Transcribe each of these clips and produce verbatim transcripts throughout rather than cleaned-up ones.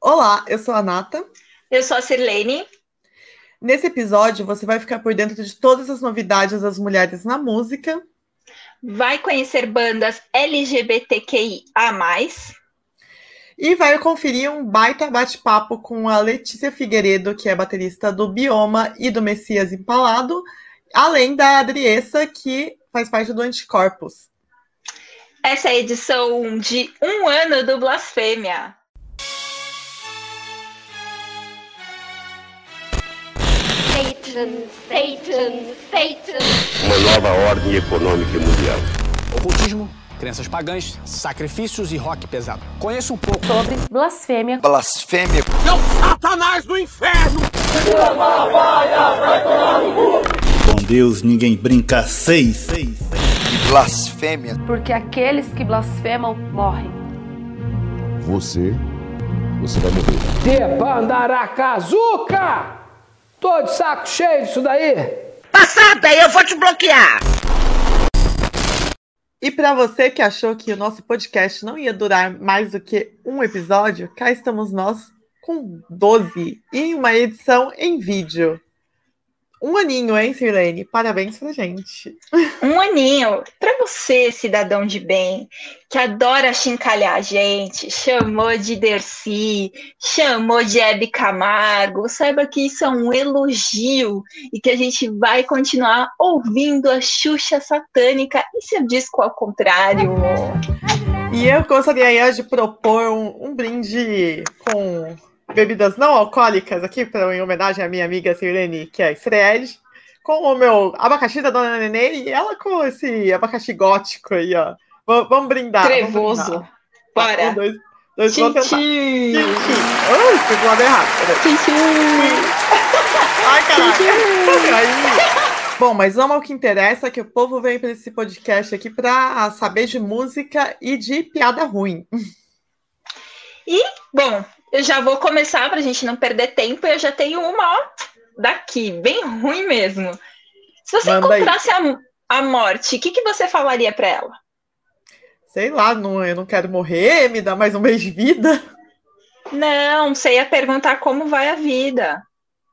Olá, eu sou a Nata. Eu sou a Sirlene. Nesse episódio, você vai ficar por dentro de todas as novidades das mulheres na música. Vai conhecer bandas L G B T Q I A mais. E vai conferir um baita bate-papo com a Letícia Figueiredo, que é baterista do Bioma e do Messias Empalado, além da Adriessa, que faz parte do Anticorpos. Essa é a edição de um ano do Blasfêmia. Satan, Satan, Satan. Uma nova ordem econômica mundial. Ocultismo, crenças pagãs, sacrifícios e rock pesado. Conheço um pouco sobre blasfêmia. Blasfêmia. Meu Satanás do inferno! Com Deus ninguém brinca seis. seis. Blasfêmia. Porque aqueles que blasfemam morrem. Você, você vai morrer. Debandaracazuca! Tô de saco cheio disso daí. Passada, eu vou te bloquear. E para você que achou que o nosso podcast não ia durar mais do que um episódio, cá estamos nós com doze e uma edição em vídeo. Um aninho, hein, Sirlene? Parabéns pra gente. Um aninho. Pra você, cidadão de bem, que adora chincalhar a gente, chamou de Dercy, chamou de Hebe Camargo, saiba que isso é um elogio e que a gente vai continuar ouvindo a Xuxa satânica e seu disco ao contrário. E eu gostaria de propor um, um brinde com bebidas não alcoólicas aqui, pra, em homenagem à minha amiga Sirlene, que é Fred, com o meu abacaxi da Dona Nenê e ela com esse abacaxi gótico aí, ó. V- vamos brindar. Trevoso. Vamos brindar. Bora. Um, dois, dois, vamos tentar. Tchim, Tchim. Ai, fiz do lado errado. tchim, tchim. Ai, caraca. Aí. Bom, mas vamos ao que interessa, que o povo veio para esse podcast aqui para saber de música e de piada ruim. E, bom, eu já vou começar para a gente não perder tempo. Eu já tenho uma, ó, daqui, bem ruim mesmo. Se você Manda encontrasse a, a morte, o que, que você falaria para ela? Sei lá, não, eu não quero morrer, me dá mais um mês de vida. Não, você ia perguntar como vai a vida.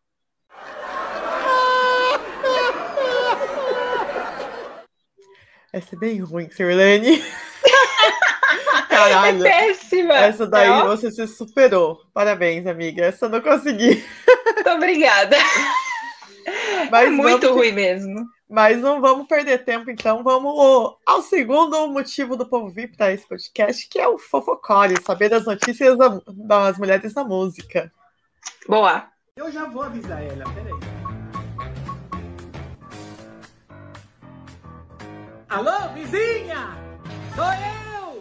Essa é bem ruim, Sirlene. Caralho. É péssima. Essa daí Não? você se superou. Parabéns, amiga. Essa eu não consegui. Muito obrigada. Mas é muito vamos... ruim mesmo. Mas não vamos perder tempo, então. Vamos ao segundo motivo do povo vir para esse podcast, que é o fofocore, saber das notícias da- das mulheres na música. Boa. Eu já vou avisar ela, peraí. Alô, vizinha? Sou eu!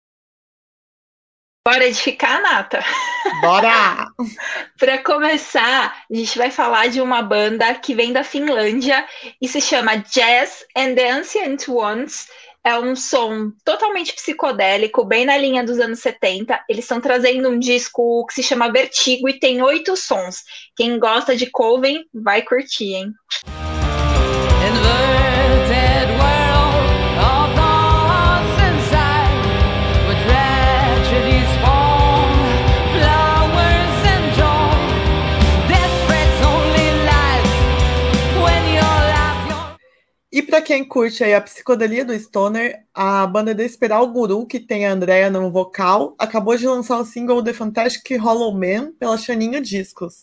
Bora edificar, Nata? Bora! Para começar, a gente vai falar de uma banda que vem da Finlândia e se chama Jazz and the Ancient Ones. É um som totalmente psicodélico, bem na linha dos anos setenta. Eles estão trazendo um disco que se chama Vertigo e tem oito sons. Quem gosta de Coven vai curtir, hein? E pra quem curte aí a psicodelia do Stoner, a banda Desesperar o Guru, que tem a Andrea no vocal, acabou de lançar o single The Fantastic Hollow Man pela Xaninho Discos.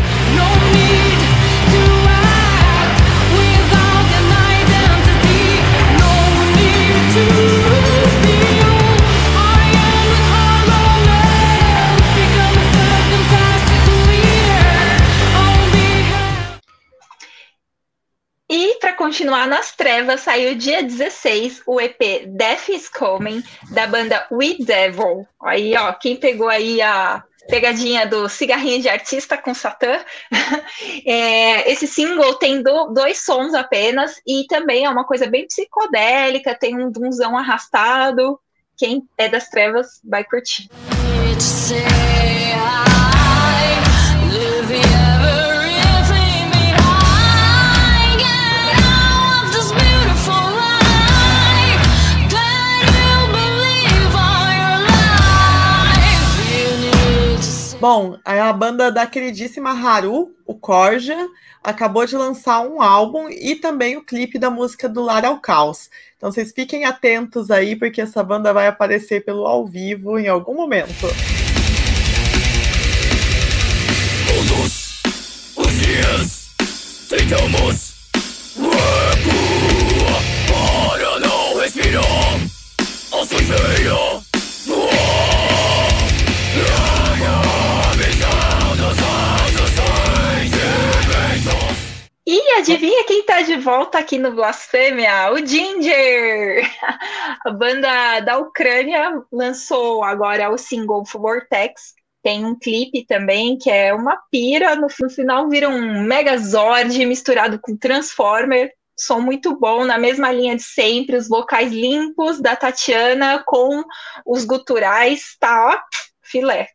E para continuar nas trevas, saiu dia dezesseis o E P Death is Coming, da banda We Devil. Aí, ó, quem pegou aí a pegadinha do cigarrinho de artista com Satã, é, esse single tem do, dois sons apenas, e também é uma coisa bem psicodélica, tem um dunzão arrastado. Quem é das trevas vai curtir. Bom, a banda da queridíssima Haru, o Korja, acabou de lançar um álbum e também o clipe da música do Lar ao Caos. Então vocês fiquem atentos aí, porque essa banda vai aparecer pelo ao vivo em algum momento. Todos os dias tentamos recuar para não respirar a sujeira. E adivinha quem tá de volta aqui no Blasfêmia? O Ginger! A banda da Ucrânia lançou agora o single Vortex. Tem um clipe também que é uma pira. No final vira um Megazord misturado com Transformer. Som muito bom, na mesma linha de sempre. Os vocais limpos da Tatiana com os guturais. Tá, ó, filé.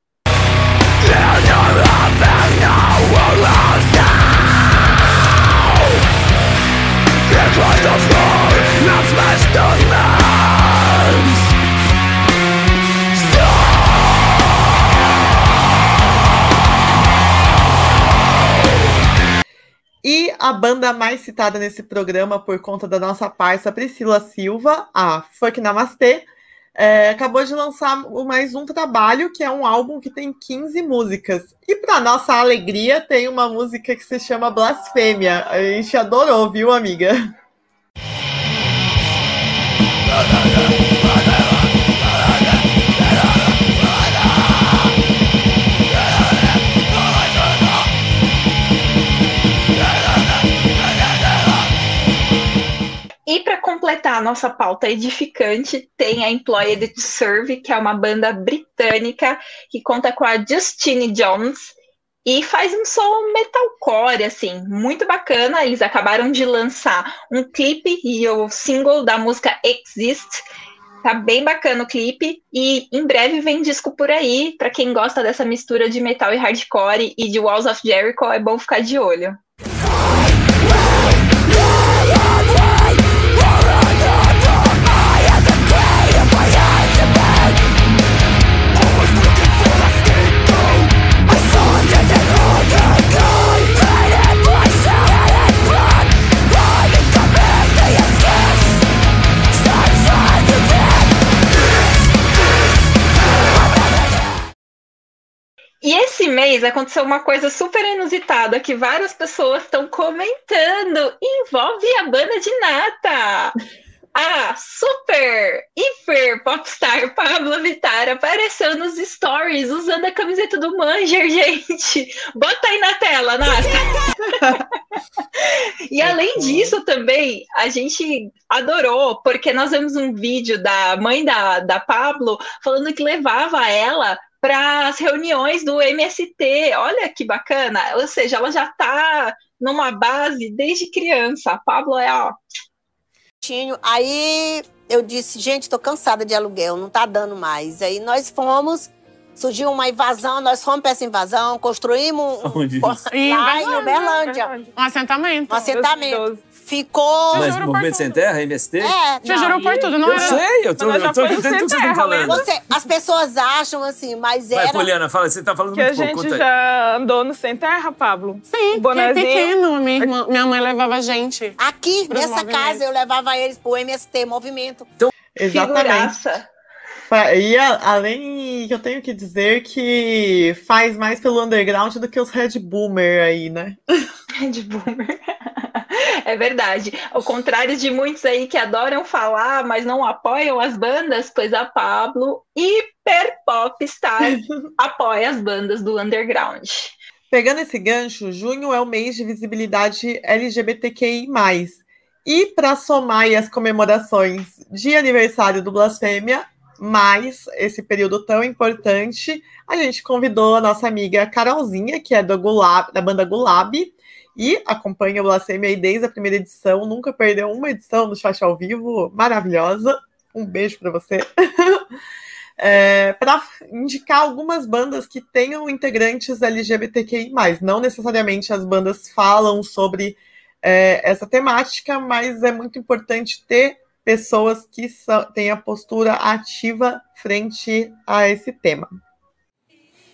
E a banda mais citada nesse programa por conta da nossa parça Priscila Silva, a Fuck Namastê, é, acabou de lançar mais um trabalho, que é um álbum que tem quinze músicas. E para nossa alegria, tem uma música que se chama Blasfêmia. A gente adorou, viu, amiga? E para completar a nossa pauta edificante, tem a Employed to Serve, que é uma banda britânica que conta com a Justine Jones e faz um som metalcore, assim, muito bacana. Eles acabaram de lançar um clipe e o single da música Exist. Tá bem bacana o clipe e em breve vem disco por aí. Para quem gosta dessa mistura de metal e hardcore e de Walls of Jericho, é bom ficar de olho. E esse mês aconteceu uma coisa super inusitada que várias pessoas estão comentando. Envolve a banda de Nata. A super, hiper popstar Pabllo Vittar apareceu nos stories usando a camiseta do Manger, gente. Bota aí na tela, Nata. E além disso também, a gente adorou, porque nós vimos um vídeo da mãe da, da Pabllo falando que levava ela para as reuniões do M S T. Olha que bacana. Ou seja, ela já está numa base desde criança. A Pabllo é, ó... Aí eu disse, gente, tô cansada de aluguel, não tá dando mais. Aí nós fomos, surgiu uma invasão, nós fomos para essa invasão, construímos um, Onde? lá em Uberlândia. Um assentamento. Um assentamento. Ficou... Mas Movimento Sem Terra, M S T? É. Você jurou por tudo, não eu era? sei, eu tô, eu tô entendendo tudo que vocês estão falando. Você, as pessoas acham assim, mas era... Vai, Poliana, fala, você tá falando que muito a pouco. gente já andou no Sem Terra, Pabllo? Sim, o bonezinho. É pequeno. Minha, irmã, minha mãe levava a gente. Aqui, nessa casa, eu levava eles pro M S T, Movimento. Então, exatamente. Figuraça. E a, além que eu tenho que dizer que faz mais pelo underground do que os Red Boomer aí, né? Red Boomer. É verdade. Ao contrário de muitos aí que adoram falar, mas não apoiam as bandas, pois a Pabllo, hiper popstar, apoia as bandas do underground. Pegando esse gancho, junho é o mês de visibilidade L G B T Q I mais. E para somar aí as comemorações de aniversário do Blasfêmia, mais esse período tão importante, a gente convidou a nossa amiga Carolzinha, que é do Gulab, da banda Gulab, e acompanha o Blasfêmia aí desde a primeira edição, nunca perdeu uma edição do Chat ao Vivo, maravilhosa. Um beijo para você. É, para indicar algumas bandas que tenham integrantes L G B T Q I mais. Não necessariamente as bandas falam sobre é, essa temática, mas é muito importante ter pessoas que são, têm a postura ativa frente a esse tema.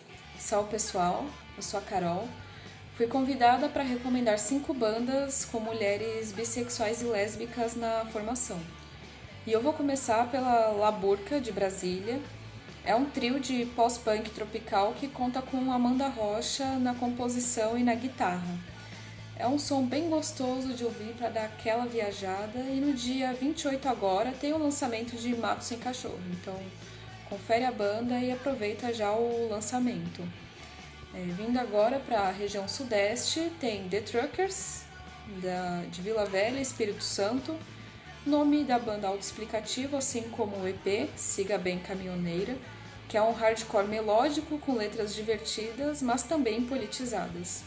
Salve pessoal, eu sou a Carol. Fui convidada para recomendar cinco bandas com mulheres bissexuais e lésbicas na formação. E eu vou começar pela La Burca, de Brasília. É um trio de pós-punk tropical que conta com Amanda Rocha na composição e na guitarra. É um som bem gostoso de ouvir para dar aquela viajada, e no dia vinte e oito agora tem o lançamento de Mato Sem Cachorro, então confere a banda e aproveita já o lançamento. É, vindo agora para a região sudeste, tem The Truckers, da, de Vila Velha, Espírito Santo, nome da banda autoexplicativo, assim como o E P, Siga Bem Caminhoneira, que é um hardcore melódico com letras divertidas, mas também politizadas.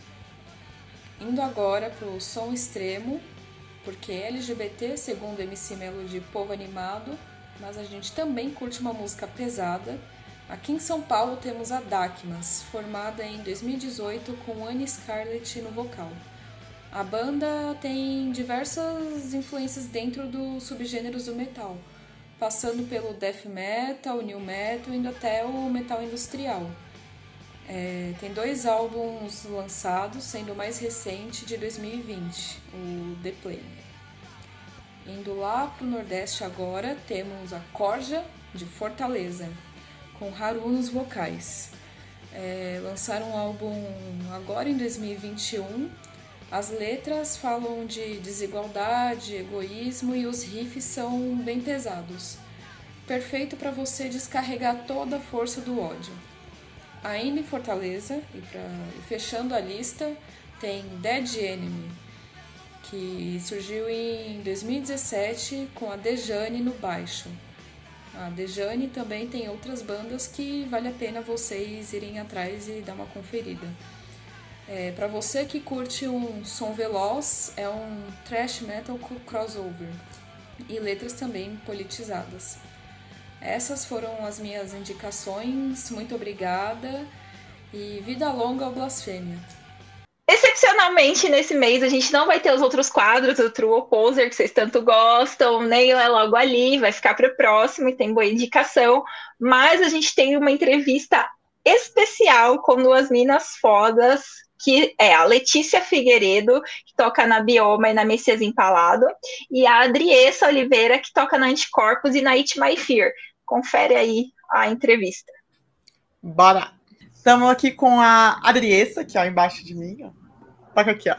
Indo agora para o som extremo, porque é L G B T, segundo M C Melo, de povo animado, mas a gente também curte uma música pesada. Aqui em São Paulo temos a Dakmas, formada em dois mil e dezoito com Annie Scarlett no vocal. A banda tem diversas influências dentro dos subgêneros do metal, passando pelo death metal, new metal, indo até o metal industrial. É, tem dois álbuns lançados, sendo o mais recente de dois mil e vinte, o The Play. Indo lá para o Nordeste agora, temos a Corja, de Fortaleza, com Haru nos vocais. É, lançaram um álbum agora em dois mil e vinte e um. As letras falam de desigualdade, egoísmo e os riffs são bem pesados. Perfeito para você descarregar toda a força do ódio. Ainda em Fortaleza, e, pra, e fechando a lista, tem Dead Enemy, que surgiu em dois mil e dezessete com a Dejane no baixo. A Dejane também tem outras bandas que vale a pena vocês irem atrás e dar uma conferida. É, para você que curte um som veloz, é um thrash metal crossover e letras também politizadas. Essas foram as minhas indicações, muito obrigada e vida longa ao Blasfêmia. Excepcionalmente, nesse mês, a gente não vai ter os outros quadros do True Opposer, que vocês tanto gostam, nem é logo ali, vai ficar para o próximo e tem boa indicação, mas a gente tem uma entrevista especial com duas minas fodas, que é a Letícia Figueiredo, que toca na Bioma e na Messias Empalado, e a Adriessa Oliveira, que toca na Anticorpos e na It My Fear. Confere aí a entrevista. Bora! Estamos aqui com a Adriessa, que é embaixo de mim, ó. Toca aqui, ó.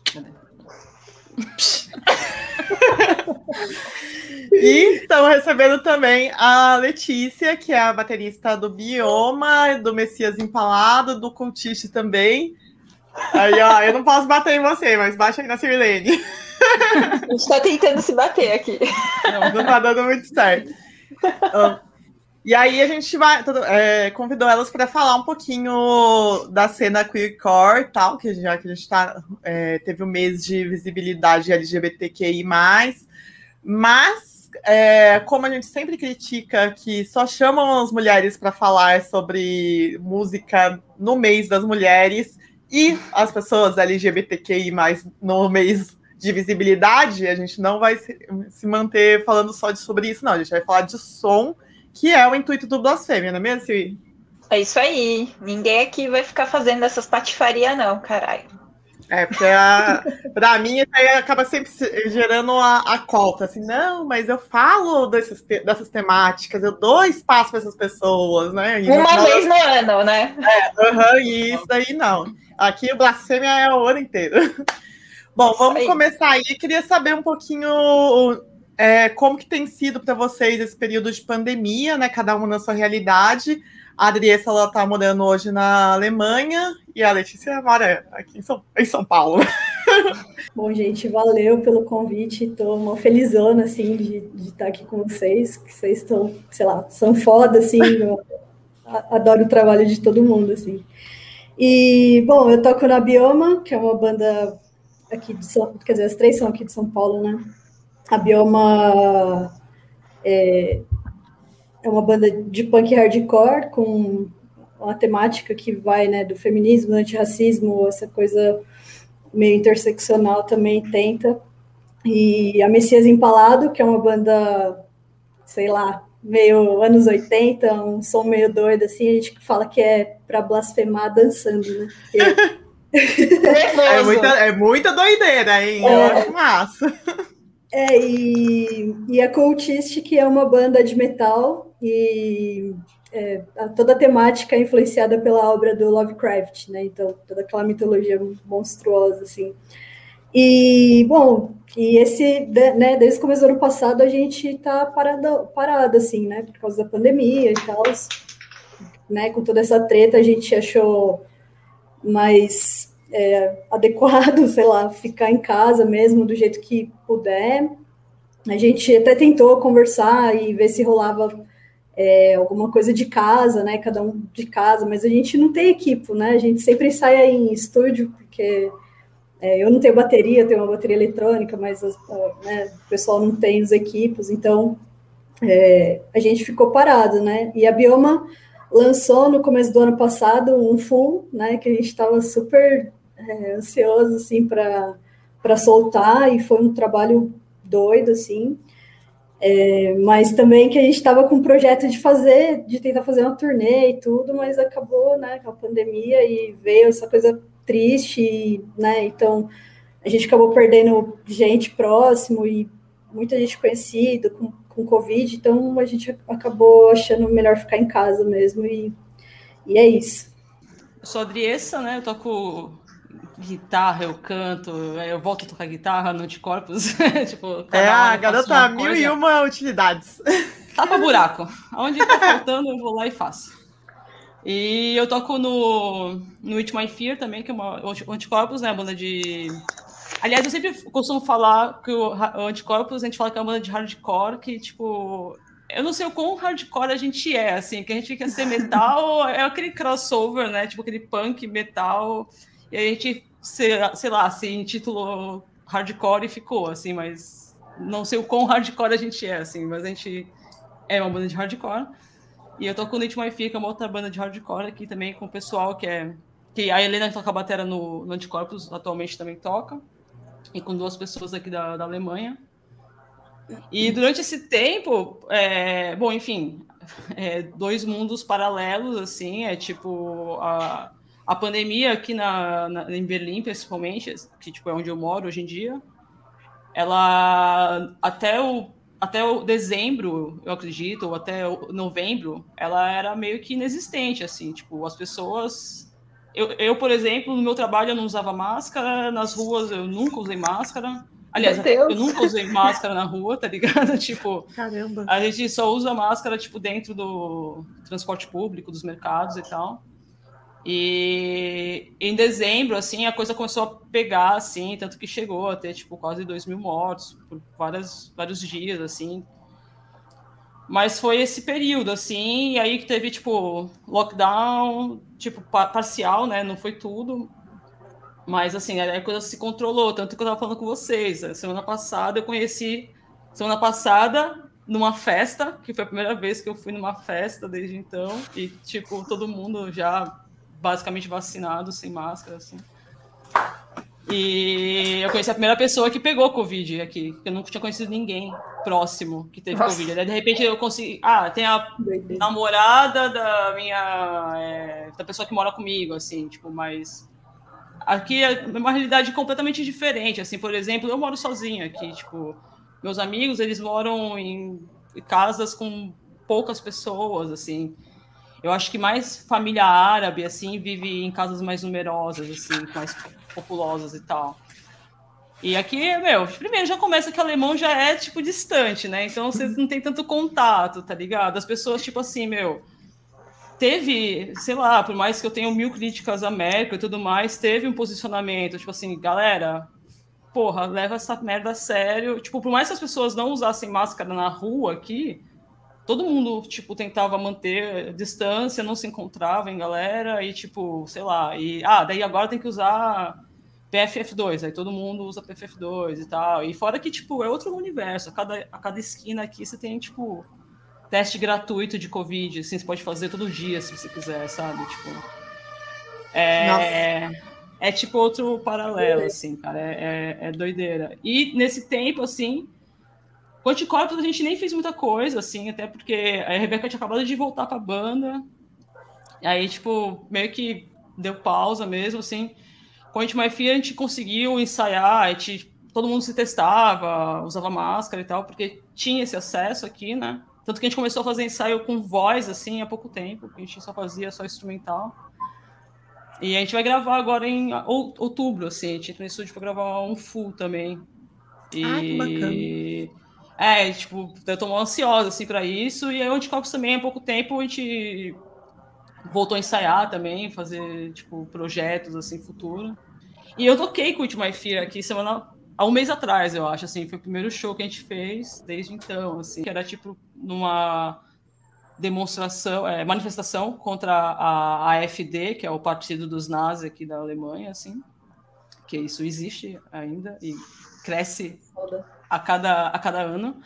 E estamos recebendo também a Letícia, que é a baterista do Bioma, do Messias Empalado, do Cultiste também. Aí, ó, eu não posso bater em você, mas baixa aí na Sirlene. A gente tá tentando se bater aqui. Não, não tá dando muito certo. Um, e aí a gente vai, é, convidou elas para falar um pouquinho da cena queercore e tal, que já que a gente tá, é, teve um mês de visibilidade L G B T Q I mais, mas é, como a gente sempre critica que só chamam as mulheres para falar sobre música no mês das mulheres e as pessoas L G B T Q I mais no mês de visibilidade, a gente não vai se, se manter falando só de, sobre isso, não. A gente vai falar de som, que é o intuito do Blasfêmia, não é mesmo, Sil? É isso aí. Ninguém aqui vai ficar fazendo essas patifarias, não, caralho. É, porque a, pra mim isso aí acaba sempre gerando a, a cota, assim, não, mas eu falo desses, dessas temáticas, eu dou espaço para essas pessoas, né? E Uma não, vez no ano, né? É, uhum, e isso daí não. Aqui o Blasfêmia é o ano inteiro. Bom, vamos aí. começar aí. Queria saber um pouquinho é, como que tem sido para vocês esse período de pandemia, né? Cada uma na sua realidade. A Adriessa, ela tá morando hoje na Alemanha e a Letícia mora aqui em São, em São Paulo. Bom, gente, valeu pelo convite. Estou uma felizona, assim, de, de estar aqui com vocês, que vocês estão, sei lá, são foda, assim, eu adoro o trabalho de todo mundo, assim. E, bom, eu toco na Bioma, que é uma banda aqui de São, quer dizer, as três são aqui de São Paulo, né? A Bioma é, é uma banda de punk hardcore com uma temática que vai, né, do feminismo, do antirracismo, essa coisa meio interseccional também tenta. E a Messias Empalado, que é uma banda, sei lá, meio anos oitenta, um som meio doido, assim, a gente fala que é pra blasfemar dançando, né? É muita, é muita doideira, hein? É. Eu acho massa. É, e, e a Cultistic é uma banda de metal e é, toda a temática é influenciada pela obra do Lovecraft, né? Então, toda aquela mitologia monstruosa, assim. E, bom, e esse, né, desde o começo do ano passado a gente tá parado, parado, assim, né? Por causa da pandemia e tal, né? Com toda essa treta, a gente achou mais é, adequado, sei lá, ficar em casa mesmo, do jeito que puder. A gente até tentou conversar e ver se rolava é, alguma coisa de casa, né, cada um de casa, mas a gente não tem equipo, né, a gente sempre ensaia em estúdio, porque é, eu não tenho bateria, eu tenho uma bateria eletrônica, mas né, o pessoal não tem os equipos, então é, a gente ficou parado, né, e a Bioma lançou no começo do ano passado um full, né, que a gente estava super é, ansioso, assim, para soltar, e foi um trabalho doido, assim, é, mas também que a gente estava com um projeto de fazer, de tentar fazer uma turnê e tudo, mas acabou, né, com a pandemia, e veio essa coisa triste, e, né, então a gente acabou perdendo gente próximo, e muita gente conhecida, com com Covid, então a gente acabou achando melhor ficar em casa mesmo, e, e é isso. Eu sou a Adriessa, né, eu toco guitarra, eu canto, eu volto a tocar guitarra no Anticorpos, tipo... É, a garota mil e uma utilidades. Tapa buraco, onde tá faltando eu vou lá e faço. E eu toco no, no It My Fear também, que é uma, o Anticorpos, né, a banda de... Aliás, eu sempre costumo falar que o, o Anticorpos, a gente fala que é uma banda de hardcore, que, tipo... Eu não sei o quão hardcore a gente é, assim, que a gente quer ser metal, é aquele crossover, né? Tipo, aquele punk metal, e a gente, sei, sei lá, se intitulou hardcore e ficou, assim, mas não sei o quão hardcore a gente é, assim, mas a gente é uma banda de hardcore. E eu toco no It My Fear, que é uma outra banda de hardcore aqui também, com o pessoal que é... Que a Helena, que toca a batera no, no Anticorpos, atualmente também toca. E com duas pessoas aqui da, da Alemanha. E durante esse tempo, é, bom, enfim, é, dois mundos paralelos, assim, é tipo a, a pandemia aqui na, na, em Berlim, principalmente, que tipo, é onde eu moro hoje em dia, ela, até o, até o dezembro, eu acredito, ou até o novembro, ela era meio que inexistente, assim, tipo, as pessoas... Eu, eu, por exemplo, no meu trabalho eu não usava máscara, nas ruas eu nunca usei máscara. Aliás, eu nunca usei máscara na rua, tá ligado? Tipo, caramba. A gente só usa máscara, tipo, dentro do transporte público, dos mercados e tal. E em dezembro, assim, a coisa começou a pegar, assim, tanto que chegou a ter, tipo, quase dois mil mortos por várias, vários dias, assim. Mas foi esse período, assim, e aí que teve, tipo, lockdown, tipo, pa- parcial, né? Não foi tudo. Mas, assim, a coisa se controlou, tanto que eu tava falando com vocês. Semana passada eu conheci... Semana passada, numa festa, que foi a primeira vez que eu fui numa festa desde então. E, tipo, todo mundo já basicamente vacinado, sem máscara, assim. E eu conheci a primeira pessoa que pegou Covid aqui, que eu nunca tinha conhecido ninguém próximo que teve Nossa. Covid. Daí, de repente, eu consegui... Ah, tem a namorada da minha... É, da pessoa que mora comigo, assim, tipo, mas... Aqui é uma realidade completamente diferente, assim, por exemplo, eu moro sozinha aqui, tipo, meus amigos, eles moram em casas com poucas pessoas, assim, eu acho que mais família árabe, assim, vive em casas mais numerosas, assim, mais populosas e tal. E aqui, meu, primeiro já começa que o alemão já é, tipo, distante, né, então vocês não tem tanto contato, tá ligado? As pessoas, tipo assim, meu... Teve, sei lá, por mais que eu tenha mil críticas à América e tudo mais, teve um posicionamento, tipo assim, galera, porra, leva essa merda a sério. Tipo, por mais que as pessoas não usassem máscara na rua aqui, todo mundo, tipo, tentava manter distância, não se encontrava em galera, e, tipo, sei lá, e, ah, daí agora tem que usar P F F dois, aí todo mundo usa P F F dois e tal. E fora que, tipo, é outro universo, a cada, a cada esquina aqui você tem, tipo... teste gratuito de Covid, assim, você pode fazer todo dia, se você quiser, sabe? Tipo, é, é tipo outro paralelo, assim, cara, é, é, é doideira. E nesse tempo, assim, Com Anticorpos a gente nem fez muita coisa, assim, até porque a Rebeca tinha acabado de voltar pra banda. Aí, tipo, meio que deu pausa mesmo, assim. Com It My Fear a gente conseguiu ensaiar, a gente, todo mundo se testava, usava máscara e tal, porque tinha esse acesso aqui, né? Tanto que a gente começou a fazer ensaio com voz, assim, há pouco tempo, a gente só fazia só instrumental. E a gente vai gravar agora em outubro, assim, a gente entra no estúdio pra gravar um full também. E... Ah, que bacana. É, tipo, eu tô ansiosa, assim, pra isso. E aí o Anticorpos também, há pouco tempo, a gente voltou a ensaiar também, fazer, tipo, projetos, assim, futuro. E eu toquei com o It My Fear aqui semana... há um mês atrás, eu acho, assim, foi o primeiro show que a gente fez desde então, assim, que era, tipo, numa demonstração, é, manifestação contra a, a AfD, que é o partido dos nazis aqui da Alemanha, assim, que isso existe ainda e cresce a cada, a cada ano.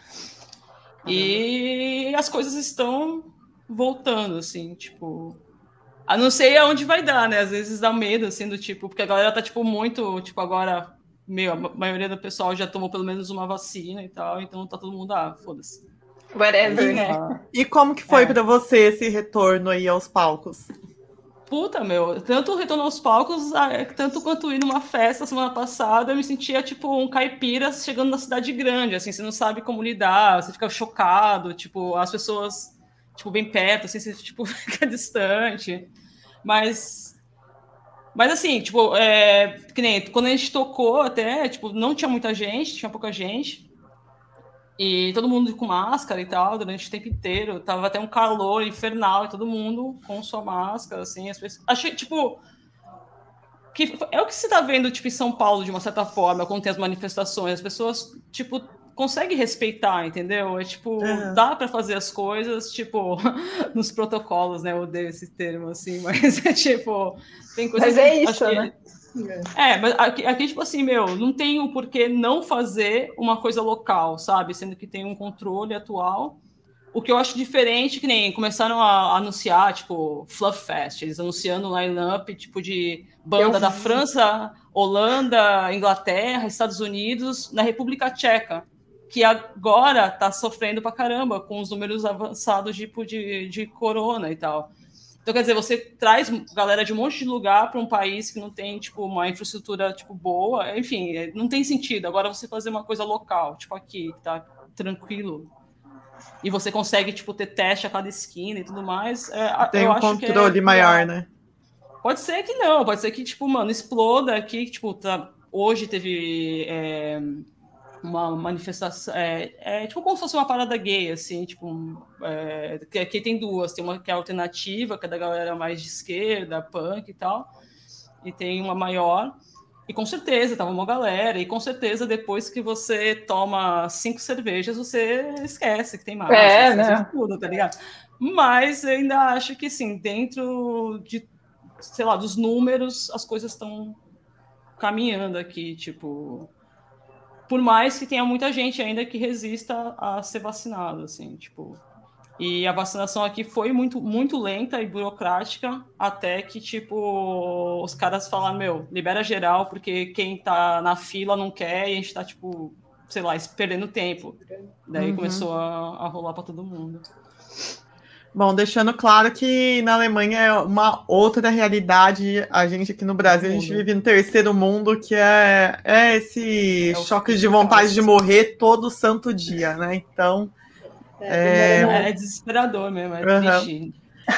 E as coisas estão voltando, assim, tipo... Eu não sei aonde vai dar, né? Às vezes dá medo, assim, do tipo... Porque a galera tá, tipo, muito, tipo, agora... Meu, a maioria do pessoal já tomou pelo menos uma vacina e tal, então tá todo mundo, ah, foda-se. Whatever, né? E como que foi É. pra você esse retorno aí aos palcos? Puta, meu, tanto o retorno aos palcos, ah, tanto quanto ir numa festa semana passada, eu me sentia tipo um caipira chegando na cidade grande, assim, você não sabe como lidar, você fica chocado, tipo, as pessoas, tipo, bem perto, assim, você, tipo, fica distante, mas... Mas assim, tipo, é, que nem quando a gente tocou até, tipo, não tinha muita gente, tinha pouca gente, e todo mundo com máscara e tal, durante o tempo inteiro, tava até um calor infernal, e todo mundo com sua máscara, assim, as pessoas... Achei, tipo, que é o que você tá vendo, tipo, em São Paulo, de uma certa forma, quando tem as manifestações, as pessoas, tipo, conseguem respeitar, entendeu? É, tipo, uhum. Dá pra fazer as coisas, tipo, nos protocolos, né, eu odeio esse termo, assim, mas é, tipo... Tem coisa mas que, é isso, que, né? É, mas aqui, aqui, tipo assim, meu, não tem o porquê não fazer uma coisa local, sabe? Sendo que tem um controle atual. O que eu acho diferente, que nem começaram a anunciar, tipo, Fluff Fest, eles anunciando um line-up, tipo, de banda da França, Holanda, Inglaterra, Estados Unidos, na República Tcheca, que agora tá sofrendo pra caramba com os números avançados, tipo, de, de corona e tal. Então, quer dizer, você traz galera de um monte de lugar para um país que não tem, tipo, uma infraestrutura, tipo, boa. Enfim, não tem sentido. Agora você fazer uma coisa local, tipo aqui, que tá tranquilo. E você consegue, tipo, ter teste a cada esquina e tudo mais. É, tem eu um acho controle que é, maior, né? Pode ser que não. Pode ser que, tipo, mano, exploda aqui. Tipo, tá, hoje teve... É, uma manifestação, é, é tipo como se fosse uma parada gay, assim, tipo, é, que aqui tem duas, tem uma que é alternativa, que é da galera mais de esquerda, punk e tal, e tem uma maior, e com certeza tava uma galera, e com certeza depois que você toma cinco cervejas, você esquece que tem mais, é, né? né? Tudo, tá ligado? Mas eu ainda acho que, assim, dentro de, sei lá, dos números, as coisas estão caminhando aqui, tipo... Por mais que tenha muita gente ainda que resista a ser vacinado, assim, tipo... E a vacinação aqui foi muito, muito lenta e burocrática, até que, tipo, os caras falaram, meu, libera geral, porque quem tá na fila não quer e a gente tá, tipo, sei lá, perdendo tempo. Daí uhum. começou a, a rolar para todo mundo. Bom, deixando claro que na Alemanha é uma outra realidade. A gente aqui no Brasil, a gente vive no terceiro mundo, que é, é esse é choque de vontade caso. de morrer todo santo dia, né? Então... É, é... é desesperador mesmo, é uhum. triste.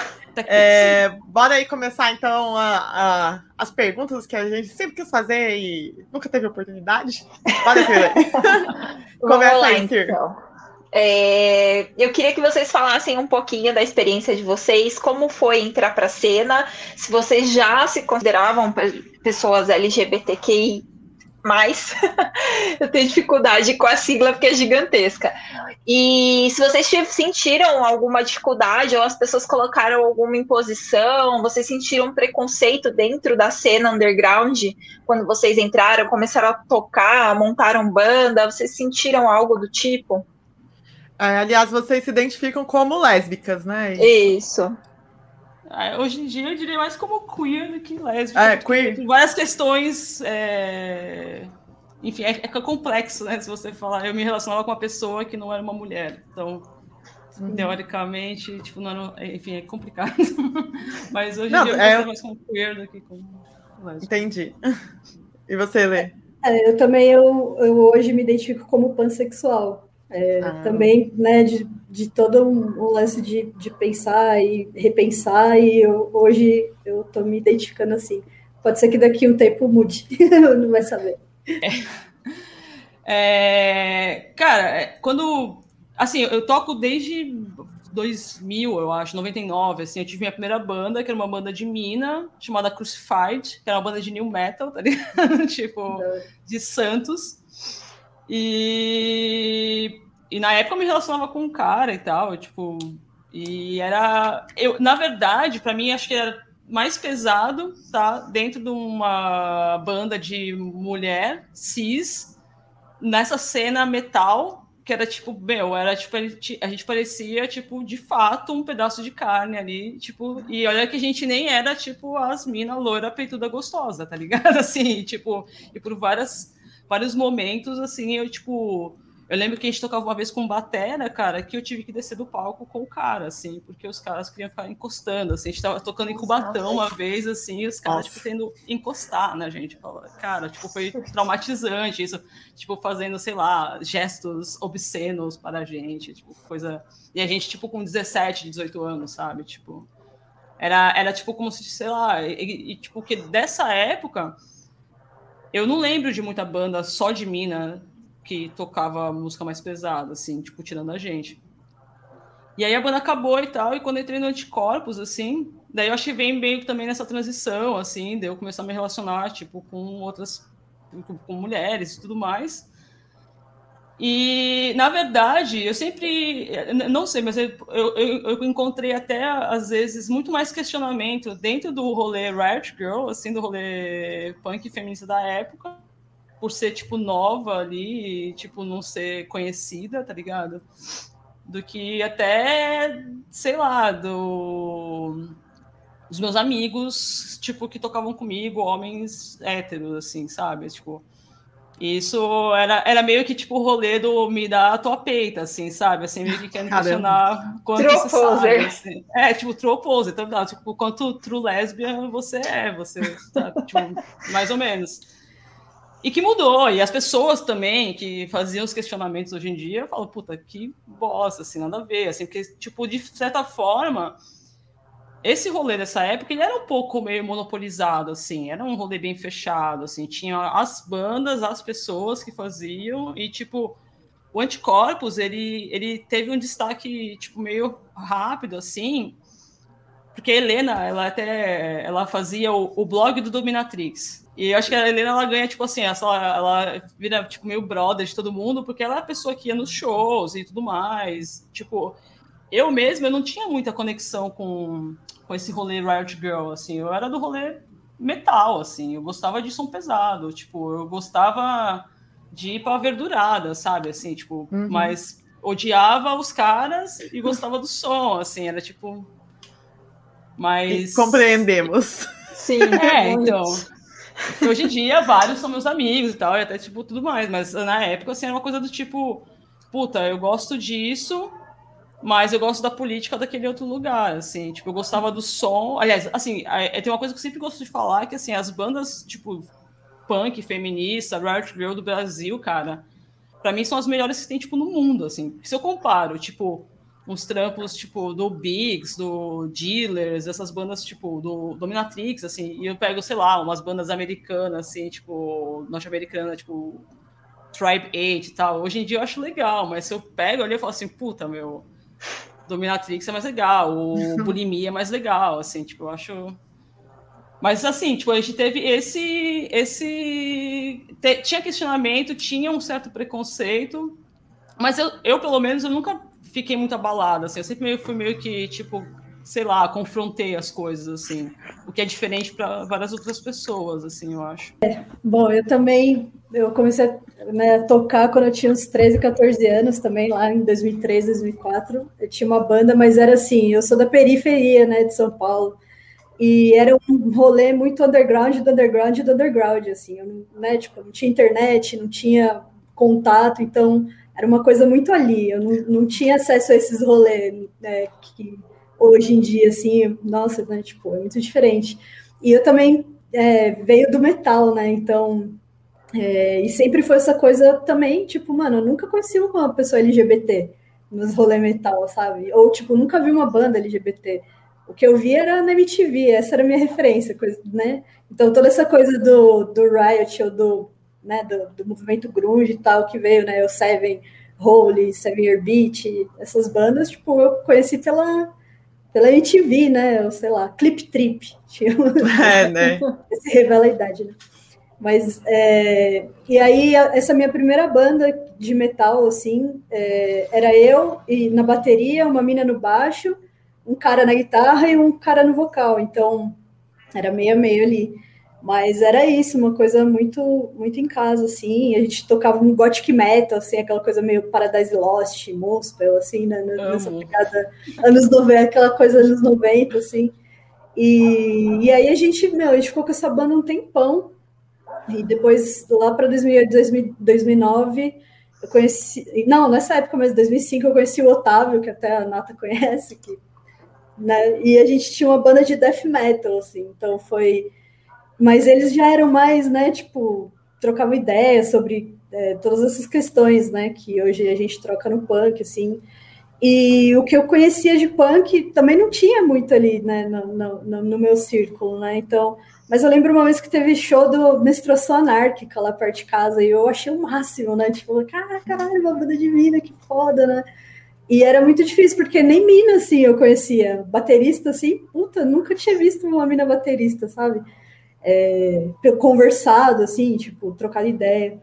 É, bora aí começar, então, a, a, as perguntas que a gente sempre quis fazer e nunca teve oportunidade. Bora, Sir. Começa aí, Sir. Então. É, eu queria que vocês falassem um pouquinho da experiência de vocês, como foi entrar para a cena, se vocês já se consideravam pessoas L G B T Q I mais, eu tenho dificuldade com a sigla porque é gigantesca, e se vocês sentiram alguma dificuldade ou as pessoas colocaram alguma imposição, vocês sentiram preconceito dentro da cena underground, quando vocês entraram, começaram a tocar, montaram banda, vocês sentiram algo do tipo? É, aliás, vocês se identificam como lésbicas, né? Isso. Isso. É, hoje em dia eu diria mais como queer do que lésbica. É, queer. Tem várias questões é, enfim, é, é complexo, né? Se você falar, eu me relacionava com uma pessoa que não era uma mulher. Então, Sim. teoricamente, tipo, não era, enfim, é complicado. Mas hoje em dia eu é... gosto mais com queer do que com lésbica. Entendi. E você, Lê? É, eu também, eu, eu hoje me identifico como pansexual. É, ah. Também, né, de, de todo um, um lance de, de pensar e repensar, e eu, hoje eu tô me identificando assim. Pode ser que daqui a um tempo mude, não vai saber. É, é, cara, quando... Assim, eu toco desde dois mil, eu acho, noventa e nove, assim, eu tive minha primeira banda, que era uma banda de mina, chamada Crucified, que era uma banda de new metal, tá ligado? Tipo, de Santos. E... E na época eu me relacionava com um cara e tal, tipo... E era... Eu, na verdade, pra mim, acho que era mais pesado, tá? Dentro de uma banda de mulher, cis, nessa cena metal, que era tipo, meu, era tipo, a gente parecia, tipo, de fato, um pedaço de carne ali, tipo, e olha que a gente nem era, tipo, as mina loira, peituda gostosa, tá ligado? Assim, tipo, e por várias, vários momentos, assim, eu, tipo... Eu lembro que a gente tocava uma vez com batera, cara, que eu tive que descer do palco com o cara, assim, porque os caras queriam ficar encostando, assim, a gente tava tocando em Cubatão uma vez, assim, e os caras, tipo, tendo encostar na gente, cara, tipo, foi traumatizante isso, tipo, fazendo, sei lá, gestos obscenos para a gente, tipo, coisa... E a gente, tipo, com dezessete, dezoito anos, sabe, tipo... Era, era tipo, como se, sei lá, e, e tipo, que dessa época, eu não lembro de muita banda só de mina que tocava música mais pesada, assim, tipo, tirando a gente. E aí a banda acabou e tal, e quando eu entrei no Anticorpos, assim, daí eu acho que vem meio também nessa transição, assim, daí eu começar a me relacionar, tipo, com outras, com, com mulheres e tudo mais. E, na verdade, eu sempre, não sei, mas eu, eu, eu encontrei até, às vezes, muito mais questionamento dentro do rolê Riot Girl, assim, do rolê punk feminista da época, por ser, tipo, nova ali, e, tipo, não ser conhecida, tá ligado? Do que até, sei lá, do... dos meus amigos, tipo, que tocavam comigo, homens héteros, assim, sabe? Tipo, isso era, era meio que, tipo, o rolê do me dá a tua peita, assim, sabe? Assim, meio que querendo questionar quanto você sabe, assim. É, tipo, true poser, então, tipo, quanto true lesbian você é, você, tá, tipo, mais ou menos. E que mudou, e as pessoas também que faziam os questionamentos hoje em dia, falam, puta, que bosta, assim, nada a ver, assim, porque, tipo, de certa forma, esse rolê dessa época, ele era um pouco meio monopolizado, assim, era um rolê bem fechado, assim, tinha as bandas, as pessoas que faziam, e, tipo, o Anticorpos, ele, ele teve um destaque, tipo, meio rápido, assim, porque a Helena, ela até, ela fazia o, o blog do Dominatrix. E eu acho que a Helena, ela ganha, tipo assim, ela, ela vira, tipo, meio brother de todo mundo, porque ela é a pessoa que ia nos shows e tudo mais. Tipo, eu mesma, eu não tinha muita conexão com, com esse rolê Riot Girl, assim. Eu era do rolê metal, assim. Eu gostava de som pesado, tipo, eu gostava de ir pra verdurada, sabe? Assim, tipo, uhum. Mas odiava os caras e gostava do som, assim. Era, tipo... Mas... E compreendemos. Sim, é, então... Hoje em dia, vários são meus amigos e tal, e até, tipo, tudo mais. Mas na época, assim, era uma coisa do tipo... Puta, eu gosto disso, mas eu gosto da política daquele outro lugar, assim. Tipo, eu gostava do som... Aliás, assim, tem uma coisa que eu sempre gosto de falar, que, assim, as bandas, tipo, punk, feminista, Riot Girl do Brasil, cara... Pra mim, são as melhores que tem, tipo, no mundo, assim. Se eu comparo, tipo... uns trampos, tipo, do Biggs, do Dealers, essas bandas, tipo, do Dominatrix, assim, e eu pego, sei lá, umas bandas americanas, assim, tipo, norte-americana, tipo, Tribe eight e tal. Hoje em dia eu acho legal, mas se eu pego ali, eu falo assim, puta, meu, Dominatrix é mais legal, o Bulimia é mais legal, assim, tipo, eu acho... Mas, assim, tipo, a gente teve esse... esse... Tinha questionamento, tinha um certo preconceito, mas eu, eu pelo menos, eu nunca... fiquei muito abalada, assim, eu sempre meio, fui meio que, tipo, sei lá, confrontei as coisas, assim, o que é diferente para várias outras pessoas, assim, eu acho. É, bom, eu também, eu comecei a, né, a tocar quando eu tinha uns treze, catorze anos, também lá em dois mil e três, dois mil e quatro, eu tinha uma banda, mas era assim, eu sou da periferia, né, de São Paulo, E era um rolê muito underground, do underground, do underground, assim. Eu não, né, tipo, não tinha internet, não tinha contato, então era uma coisa muito ali. Eu não, não tinha acesso a esses rolês, né, que hoje em dia, assim, nossa, né, tipo, é muito diferente. E eu também é, veio do metal, né, então... É, e sempre foi essa coisa também, tipo, mano, eu nunca conheci uma pessoa L G B T nos rolê metal, sabe? Ou, tipo, nunca vi uma banda L G B T. O que eu vi era na M T V, essa era a minha referência, coisa, né? Então, toda essa coisa do, do Riot, ou do, né, do, do movimento grunge e tal, que veio, né, o Seven, Holy, Seven Year Beat, essas bandas, tipo, eu conheci pela, pela M T V, né? Ou, sei lá, Clip Trip. Tinha é, né? Esse revela a idade, né? Mas, é, e aí, essa minha primeira banda de metal, assim, é, era eu, e na bateria, uma mina no baixo, um cara na guitarra e um cara no vocal, então, era meio a meio ali. Mas era isso, uma coisa muito, muito em casa, assim, a gente tocava um gothic metal, assim, aquela coisa meio Paradise Lost, Muspel, assim, né, nessa pegada anos noventa, aquela coisa anos noventa, assim. E, e aí a gente, meu, a gente ficou com essa banda um tempão. E depois, lá para dois mil e oito, dois mil e nove, eu conheci... Não, nessa época, mas em dois mil e cinco, eu conheci o Otávio, que até a Nata conhece, que, né, e a gente tinha uma banda de death metal, assim, então foi... Mas eles já eram mais, né, tipo, trocavam ideias sobre é, todas essas questões, né, que hoje a gente troca no punk, assim. E o que eu conhecia de punk também não tinha muito ali, né, no, no, no meu círculo, né, então... Mas eu lembro uma vez que teve show do Menstruação Anárquica lá perto de casa, e eu achei o máximo, né? Tipo, cara, caralho, uma banda de mina, que foda, né? E era muito difícil, porque nem mina, assim, eu conhecia. Baterista, assim, puta, nunca tinha visto uma mina baterista, sabe? É, conversado, assim, tipo, trocado ideia.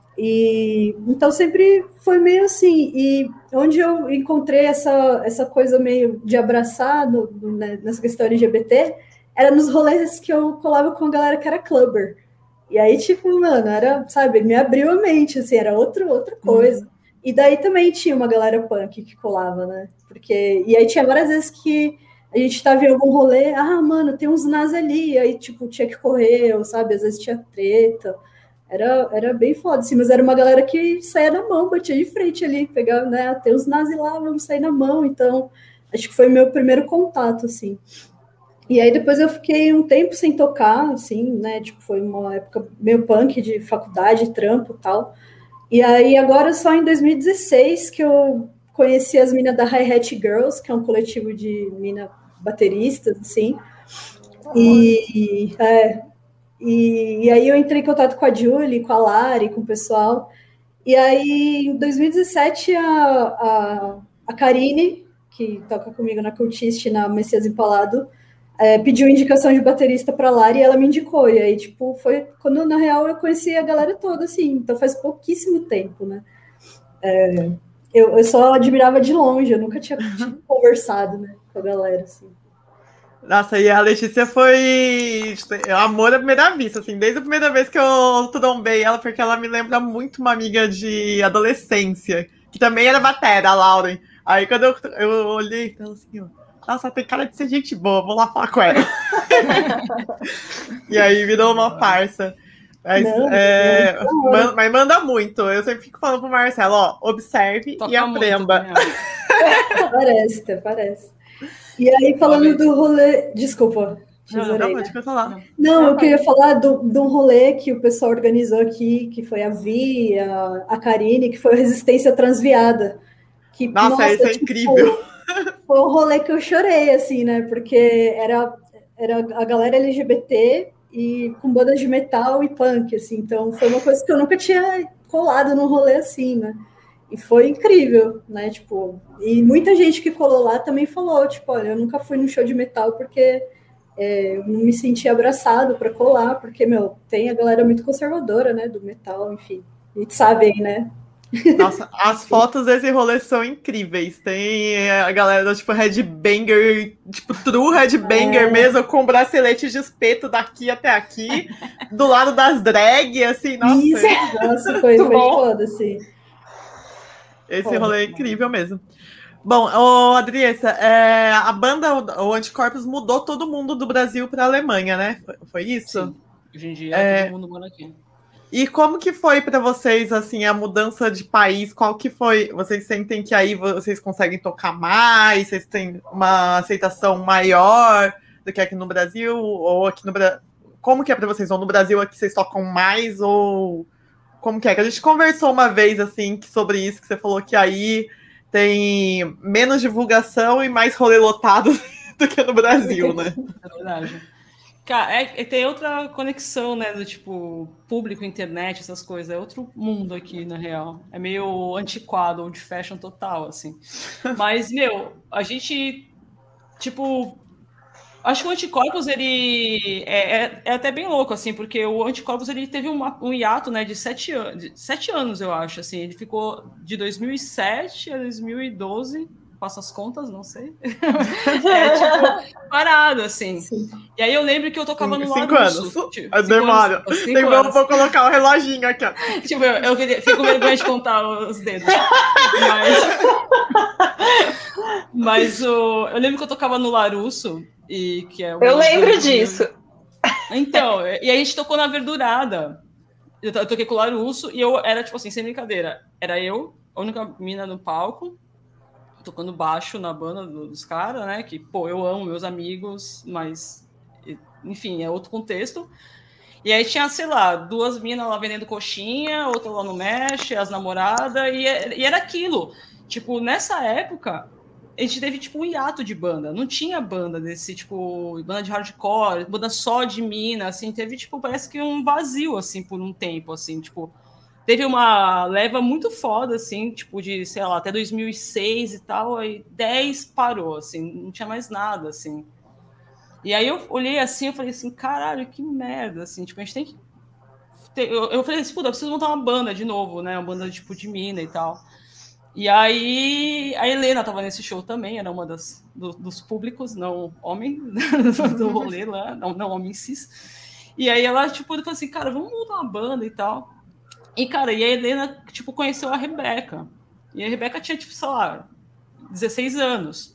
E então sempre foi meio assim. E onde eu encontrei essa, essa coisa meio de abraçar no, né, nessa questão L G B T... era nos rolês que eu colava com a galera que era clubber. E aí, tipo, mano, era, sabe, me abriu a mente, assim, era outro, outra coisa. Uhum. E daí também tinha uma galera punk que colava, né? Porque... E aí tinha várias vezes que a gente tava em algum rolê, ah, mano, tem uns nazis ali, e aí, tipo, tinha que correr, ou, sabe, às vezes tinha treta. Era, era bem foda, assim, mas era uma galera que saía na mão, batia de frente ali, pegava, né, tem uns nazis lá, vamos sair na mão. Então, acho que foi meu primeiro contato, assim. E aí depois eu fiquei um tempo sem tocar, assim, né, tipo, foi uma época meio punk de faculdade, trampo e tal. E aí agora só em dois mil e dezesseis que eu conheci as minas da Hi-Hat Girls, que é um coletivo de mina bateristas, assim. E, é, e, e aí eu entrei em contato com a Julie, com a Lari, com o pessoal. E aí em dois mil e dezessete a, a, a Karine, que toca comigo na Cultiste, na Messias Empalado, É, pediu indicação de baterista para Lari e ela me indicou, e aí, tipo, foi quando, na real, eu conheci a galera toda, assim, então faz pouquíssimo tempo, né, é, eu, eu só admirava de longe, eu nunca tinha, tinha conversado, né, com a galera, assim. Nossa, e a Letícia foi amor à primeira vista, assim, desde a primeira vez que eu trombei ela, porque ela me lembra muito uma amiga de adolescência, que também era batera, a Lauren, aí quando eu, eu olhei, então, assim, ó, nossa, tem cara de ser gente boa, vou lá falar com ela. E aí virou uma parça. Mas, não, é, não, man, mas manda muito. Eu sempre fico falando pro Marcelo, ó, observe Toca e aprenda. Parece, até parece. E aí, falando do rolê... Desculpa. Não, não, pode falar. Não, não, eu queria falar do, de um rolê que o pessoal organizou aqui, que foi a Vi, a, a Karine, que foi a Resistência Transviada. Que, nossa, nossa, isso é tipo, incrível. Foi um rolê que eu chorei, assim, né? Porque era, era a galera L G B T e com bandas de metal e punk, assim. Então, foi uma coisa que eu nunca tinha colado num rolê assim, né? E foi incrível, né? Tipo, e muita gente que colou lá também falou, tipo, olha, eu nunca fui num show de metal porque é, eu não me senti abraçado para colar, porque, meu, tem a galera muito conservadora, né? Do metal, enfim. E sabem, né? Nossa, as fotos desse rolê são incríveis. Tem a galera, tipo, headbanger, tipo, true headbanger é. mesmo, com bracelete de espeto daqui até aqui, do lado das drag, assim, nossa. Isso, nossa, foi, foi foda, assim. Esse foda, rolê é incrível mesmo. Bom, ô, Adriessa, é, a banda, o Anticorpos, mudou todo mundo do Brasil para a Alemanha, né? Foi, foi isso? Sim. Hoje em dia, é... todo mundo mora aqui. E como que foi para vocês, assim, a mudança de país? Qual que foi? Vocês sentem que aí vocês conseguem tocar mais? Vocês têm uma aceitação maior do que aqui no Brasil? Ou aqui no Brasil? Como que é para vocês? Ou no Brasil aqui vocês tocam mais? Ou como que é? Que a gente conversou uma vez, assim, sobre isso, que você falou que aí tem menos divulgação e mais rolê lotado do que no Brasil, né? É verdade. Cara, é, é, tem outra conexão, né, do tipo, público, internet, essas coisas, é outro mundo aqui, na real. É meio antiquado, old fashion total, assim. Mas, meu, a gente, tipo, acho que o Anticorpos, ele é, é, é até bem louco, assim, porque o Anticorpos, ele teve uma, um hiato, né, de sete, an- de sete anos, eu acho, assim, ele ficou de dois mil e sete a dois mil e doze, faço as contas, não sei. É, tipo, parado, assim. Sim. E aí eu lembro que eu tocava no Cinco Larusso. anos. Tipo, Eu demoro. Tem como vou colocar o reloginho aqui, ó. Tipo, eu, eu queria- fico com vergonha de contar os dedos. Mas, mas o, eu lembro que eu tocava no Larusso, e que é uma Eu das lembro bandas- disso. Então, e a gente tocou na Verdurada. Eu, to- eu toquei com o Larusso, e eu era, tipo assim, sem brincadeira. Era eu, a única mina no palco, tocando baixo na banda do- dos caras, né? Que, pô, eu amo meus amigos, mas, e- enfim, é outro contexto. E aí tinha, sei lá, duas minas lá vendendo coxinha, outra lá no Mesh, as namoradas, e, é- e era aquilo. Tipo, nessa época, a gente teve, tipo, um hiato de banda. Não tinha banda desse, tipo, banda de hardcore, banda só de mina, assim. Teve, tipo, parece que um vazio, assim, por um tempo, assim, tipo... Teve uma leva muito foda, assim, tipo, de, sei lá, até dois mil e seis e tal, aí dez parou, assim, não tinha mais nada, assim. E aí eu olhei assim, eu falei assim, caralho, que merda, assim, tipo, a gente tem que... ter- Eu, eu falei assim, puta, eu preciso montar uma banda de novo, né, uma banda, tipo, de mina e tal. E aí a Helena tava nesse show também, era uma das, do- dos públicos, não homem, do rolê lá, não, não homem cis. E aí ela, tipo, falou assim, cara, vamos montar uma banda e tal. E, cara, e a Helena, tipo, conheceu a Rebeca. E a Rebeca tinha, tipo, sei lá, dezesseis anos,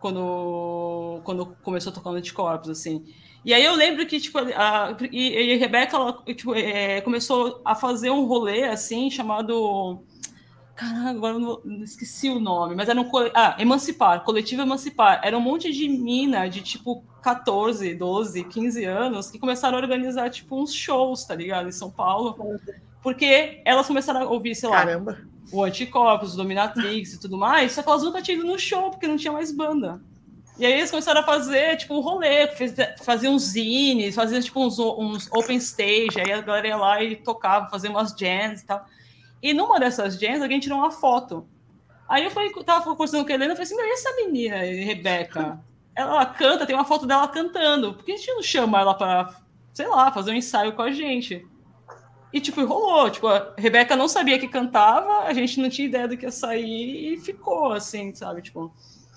quando, quando começou a tocar no Anticorpos, assim. E aí eu lembro que, tipo, a, e, e a Rebeca, ela, tipo, é, começou a fazer um rolê, assim, chamado... Caralho, agora eu não, não esqueci o nome, mas era um... cole- Ah, Emancipar, Coletivo Emancipar. Era um monte de mina de, tipo, catorze, doze, quinze anos que começaram a organizar, tipo, uns shows, tá ligado? Em São Paulo. Porque elas começaram a ouvir, sei lá, Caramba. o Anticorpos, o Dominatrix e tudo mais, só que elas nunca tinham ido no show, porque não tinha mais banda. E aí eles começaram a fazer, tipo, um rolê, fez- faziam uns zines, faziam, tipo, uns, uns open stage, aí a galera ia lá e tocava, fazia umas jams e tal. E numa dessas jams, alguém tirou uma foto. Aí eu falei, tava conversando com a Helena, eu falei assim, meu, e essa menina, Rebeca? Ela canta, tem uma foto dela cantando, por que a gente não chama ela pra, sei lá, fazer um ensaio com a gente? E, tipo, rolou. Tipo, a Rebeca não sabia que cantava, a gente não tinha ideia do que ia sair e ficou, assim, sabe? Tipo...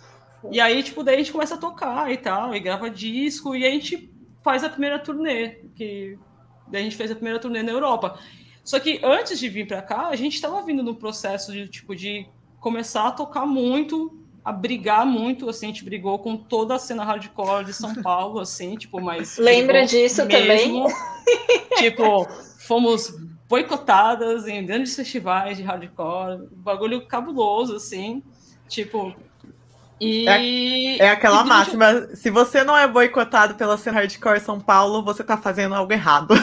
E aí, tipo, daí a gente começa a tocar e tal, e grava disco, e a gente faz a primeira turnê, que daí a gente fez a primeira turnê na Europa. Só que antes de vir pra cá, a gente estava vindo num processo de, tipo, de começar a tocar muito, a brigar muito, assim, a gente brigou com toda a cena hardcore de São Paulo, assim, tipo, mas... Lembro brigou disso mesmo. também. Tipo, fomos boicotadas em grandes festivais de hardcore, bagulho cabuloso, assim, tipo... E... É aquela e máxima, se você não é boicotado pela cena hardcore São Paulo, você tá fazendo algo errado.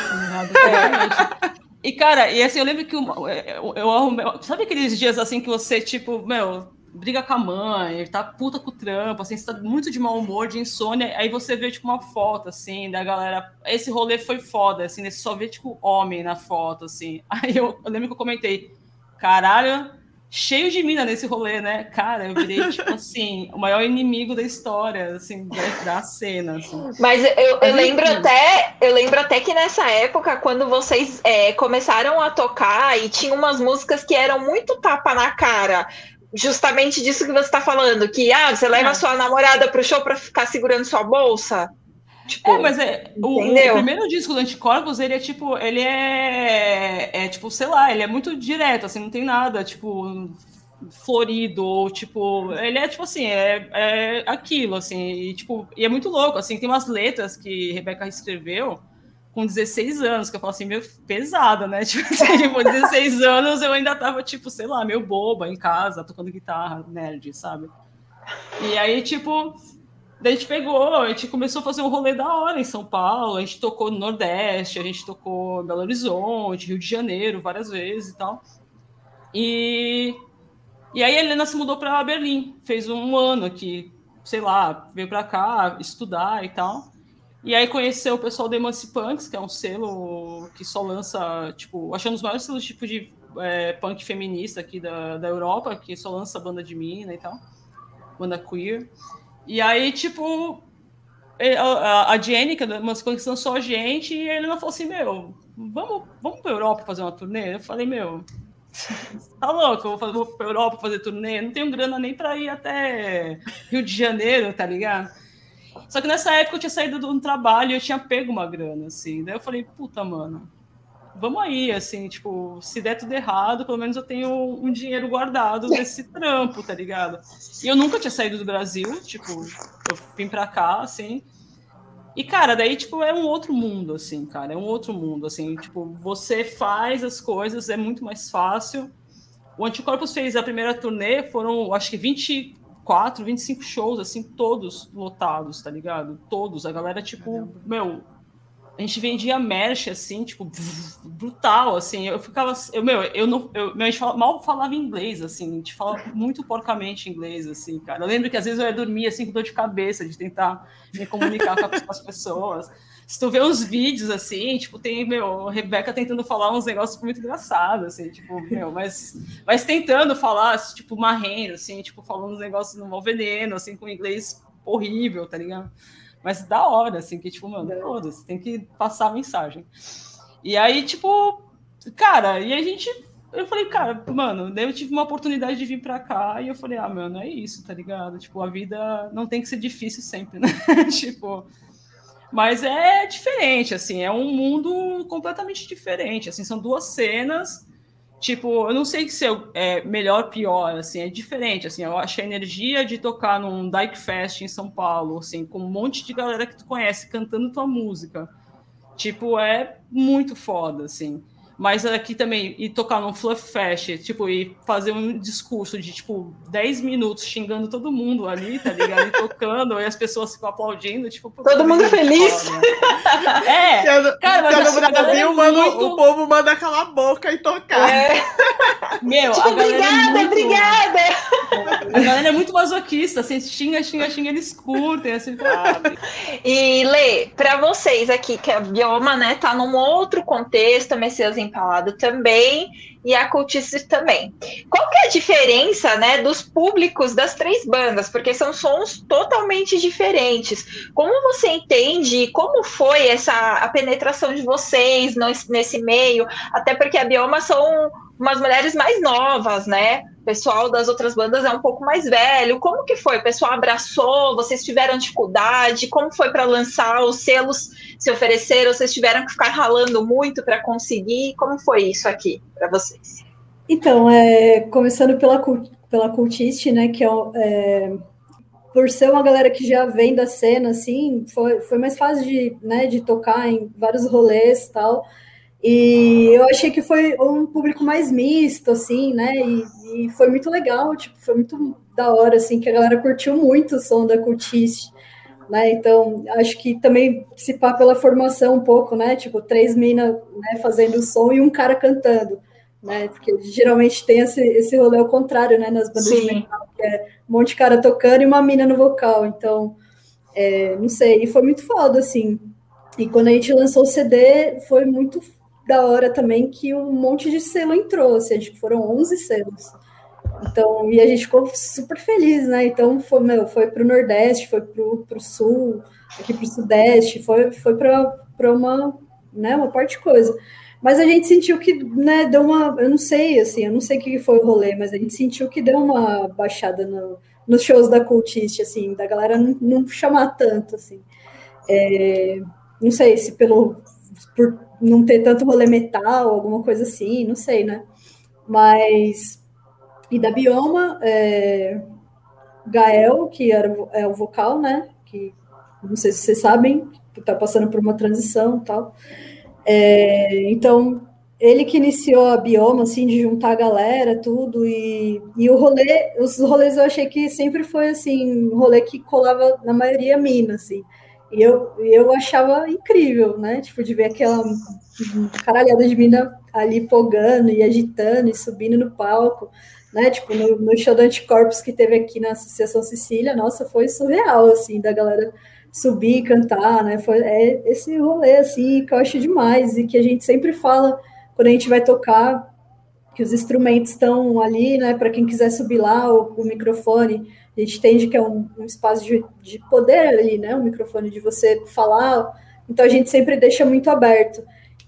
É, e, cara, e assim, eu lembro que eu, eu, eu arrumei... Sabe aqueles dias, assim, que você, tipo, meu, briga com a mãe, tá puta com o trampo, assim, você tá muito de mau humor, de insônia, aí você vê, tipo, uma foto, assim, da galera... Esse rolê foi foda, assim, você só vê, tipo, homem na foto, assim. Aí eu, eu lembro que eu comentei, caralho, cheio de mina nesse rolê, né? Cara, eu virei, tipo, assim, o maior inimigo da história, assim, da, da cena, assim. Mas eu, eu Mas, lembro enfim. até, eu lembro até que nessa época, quando vocês é, começaram a tocar e tinha umas músicas que eram muito tapa na cara, justamente disso que você está falando, que ah, você leva É. sua namorada pro show para ficar segurando sua bolsa. Tipo, É, mas é, o, o entendeu? primeiro disco do Anticorpos, ele é tipo, ele é, é tipo, sei lá, ele é muito direto, assim, não tem nada, tipo, florido, ou, tipo, ele é, tipo assim, é, é aquilo, assim, e, tipo, e é muito louco, assim, tem umas letras que Rebeca escreveu com dezesseis anos, que eu falo assim, meio pesada, né, tipo, assim, tipo, dezesseis anos eu ainda tava, tipo, sei lá, meio boba em casa, tocando guitarra, nerd, sabe? E aí, tipo, daí a gente pegou, a gente começou a fazer um rolê da hora em São Paulo, a gente tocou no Nordeste, a gente tocou em Belo Horizonte, Rio de Janeiro, várias vezes e tal, e... E aí a Helena se mudou para Berlim, fez um ano aqui, sei lá, veio para cá estudar e tal. E aí conheceu o pessoal da Emancipunks, que é um selo que só lança, tipo, achando os maiores selos tipo de é, punk feminista aqui da, da Europa, que só lança banda de mina e tal, banda queer. E aí, tipo, a, a Jenny, que é da Emancipunks, lançou a gente, e a Helena falou assim, meu, vamos, vamos para a Europa fazer uma turnê? Eu falei, meu... Tá louco, eu vou, vou pra Europa fazer turnê, não tenho grana nem pra ir até Rio de Janeiro, tá ligado? Só que nessa época eu tinha saído de um trabalho e eu tinha pego uma grana, assim. Daí eu falei, puta, mano, vamos aí, assim, tipo, se der tudo errado, pelo menos eu tenho um dinheiro guardado desse trampo, tá ligado? E eu nunca tinha saído do Brasil, tipo, eu vim pra cá, assim. E, cara, daí, tipo, é um outro mundo, assim, cara, é um outro mundo, assim, tipo, você faz as coisas, é muito mais fácil. O Anticorpos fez a primeira turnê, foram, acho que vinte e quatro, vinte e cinco shows, assim, todos lotados, tá ligado? Todos, a galera, tipo, Caramba. meu, a gente vendia merch, assim, tipo, brutal, assim, eu ficava, eu, meu, eu não, eu, a gente fala, mal falava inglês, assim, a gente fala muito porcamente inglês, assim, cara. Eu lembro que às vezes eu ia dormir, assim, com dor de cabeça, de tentar me comunicar com as pessoas. Se tu vê uns vídeos, assim, tipo, tem, meu, a Rebeca tentando falar uns negócios muito engraçados, assim, tipo, meu, mas, mas tentando falar, tipo, marrendo, assim, tipo, falando uns negócios no mau veneno, assim, com inglês horrível, tá ligado? Mas da hora, assim, que, tipo, mano, foda-se, tem que passar a mensagem. E aí, tipo, cara, e a gente... Eu falei, cara, mano, daí eu tive uma oportunidade de vir pra cá e eu falei, ah, mano, é isso, tá ligado? Tipo, a vida não tem que ser difícil sempre, né? Tipo... Mas é diferente, assim, é um mundo completamente diferente, assim, são duas cenas... Tipo, eu não sei se é melhor ou pior, assim, é diferente, assim, eu acho a energia de tocar num Dyke Fest em São Paulo, assim, com um monte de galera que tu conhece cantando tua música, tipo, é muito foda, assim. Mas aqui também, e tocar num Fluff Fest, tipo, e fazer um discurso de, tipo, dez minutos xingando todo mundo ali, tá ligado? E tocando, e as pessoas ficam aplaudindo, tipo... Todo mundo feliz! É! Que, cara, mas que assim, no Brasil, é mano, muito... o povo manda calar a boca e tocar. É. Meu, tipo, a galera obrigada, é muito... obrigada! A galera é muito masoquista, assim, xinga, xinga, xinga, eles curtem, assim, sabe? E, Lê, pra vocês aqui, que a Bioma, né, tá num outro contexto, a Messias Empalado também, e a Cultices também. Qual que é a diferença, né, dos públicos das três bandas? Porque são sons totalmente diferentes. Como você entende, como foi essa, a penetração de vocês nesse meio? Até porque a Bioma são umas mulheres mais novas, né? O pessoal das outras bandas é um pouco mais velho. Como que foi? O pessoal abraçou? Vocês tiveram dificuldade? Como foi para lançar? Os selos se ofereceram? Vocês tiveram que ficar ralando muito para conseguir? Como foi isso aqui para vocês? Então, é, começando pela, pela Cultiste, né, que é, é, por ser uma galera que já vem da cena, assim, foi, foi mais fácil de, né, de tocar em vários rolês e tal. E eu achei que foi um público mais misto, assim, né, e, e foi muito legal, tipo, foi muito da hora, assim, que a galera curtiu muito o som da Cultiste, né, então, acho que também se pá pela formação um pouco, né, tipo, três minas, né, fazendo som e um cara cantando, né, porque geralmente tem esse, esse rolê ao contrário, né, nas bandas Sim. de metal, que é um monte de cara tocando e uma mina no vocal, então, é, não sei, e foi muito foda, assim, e quando a gente lançou o C D, foi muito da hora também que um monte de selo entrou, assim, acho que foram onze selos. Então, e a gente ficou super feliz, né? Então, foi, meu, foi pro Nordeste, foi pro, pro Sul, aqui pro Sudeste, foi, foi pra, pra uma, né, uma parte de coisa. Mas a gente sentiu que, né, deu uma, eu não sei, assim, eu não sei o que foi o rolê, mas a gente sentiu que deu uma baixada no, nos shows da Cultiste, assim, da galera não, não chamar tanto, assim. É, não sei se pelo... por não ter tanto rolê metal, alguma coisa assim, não sei, né? Mas E da Bioma, é, Gael, que era, é o vocal, né? Que não sei se vocês sabem, que tá passando por uma transição e tal. É, então, ele que iniciou a Bioma, assim, de juntar a galera, tudo, e, e o rolê, os rolês eu achei que sempre foi, assim, um rolê que colava, na maioria, mina, assim. E eu, eu achava incrível, né? Tipo, de ver aquela caralhada de mina ali pogando e agitando e subindo no palco, né? Tipo, no, no show do Anticorpos que teve aqui na Associação Sicília, nossa, foi surreal, assim, da galera subir e cantar, né? Foi é esse rolê, assim, que eu acho demais e que a gente sempre fala quando a gente vai tocar, que os instrumentos estão ali, né? Para quem quiser subir lá, o, o microfone, a gente entende que é um, um espaço de, de poder ali, né? O microfone de você falar, então a gente sempre deixa muito aberto.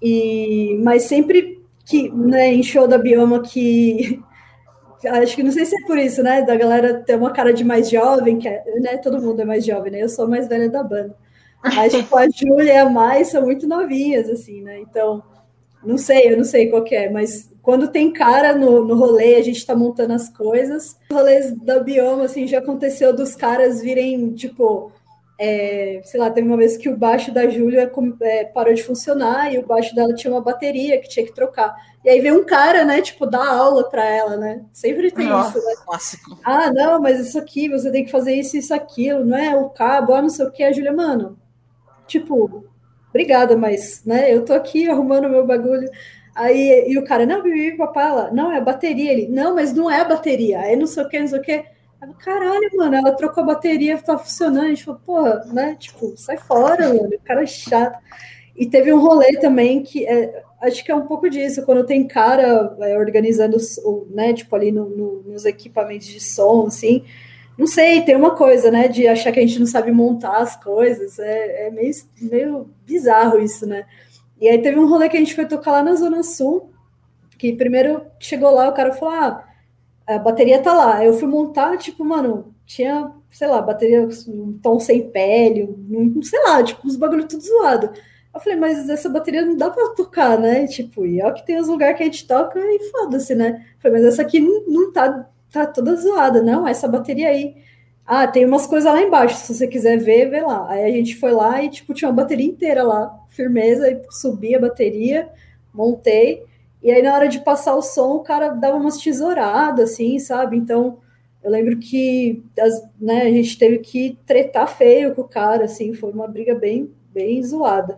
E, mas sempre que, né, em show da Bioma que acho que não sei se é por isso, né, da galera ter uma cara de mais jovem, que é, né, todo mundo é mais jovem, né, eu sou a mais velha da banda, mas tipo, a Júlia e a Mai são muito novinhas, assim, né, então, não sei, eu não sei qual que é, mas quando tem cara no, no rolê, a gente tá montando as coisas, os rolês da Bioma, assim, já aconteceu dos caras virem, tipo, é, sei lá, teve uma vez que o baixo da Júlia é, parou de funcionar e o baixo dela tinha uma bateria que tinha que trocar. E aí veio um cara, né, tipo, dar aula para ela, né? Sempre tem Nossa, isso, né? Clássico. Ah, não, mas isso aqui, você tem que fazer isso, isso, aquilo, não é? O cabo, ah, não sei o que. A Júlia, mano, tipo, obrigada, mas, né, eu tô aqui arrumando o meu bagulho. Aí, e o cara, não, bibi, papá, ela, não, é a bateria. Ele, não, mas não é a bateria. Aí não sei o que, não sei o que. Caralho, mano, ela trocou a bateria, tá funcionando. A gente falou, porra, né? Tipo, sai fora, mano, o cara é chato. E teve um rolê também que é, acho que é um pouco disso, quando tem cara é, organizando, né, tipo, ali no, no, nos equipamentos de som, assim. Não sei, tem uma coisa, né, de achar que a gente não sabe montar as coisas. É, é meio, meio bizarro isso, né? E aí teve um rolê que a gente foi tocar lá na Zona Sul, que primeiro chegou lá, o cara falou, ah, a bateria tá lá. Eu fui montar, tipo, mano, tinha, sei lá, bateria, um tom sem pele, um, sei lá, tipo, uns bagulho tudo zoado. Eu falei, mas essa bateria não dá pra tocar, né? Tipo, e é o que tem os lugares que a gente toca e foda-se, né? Eu falei, mas essa aqui não, não tá, tá toda zoada, não, essa bateria aí. Ah, tem umas coisas lá embaixo, se você quiser ver, vê lá. Aí a gente foi lá e, tipo, tinha uma bateria inteira lá, firmeza, e subi a bateria, montei. E aí, na hora de passar o som, o cara dava umas tesouradas, assim, sabe? Então, eu lembro que as, né, a gente teve que tretar feio com o cara, assim, foi uma briga bem, bem zoada.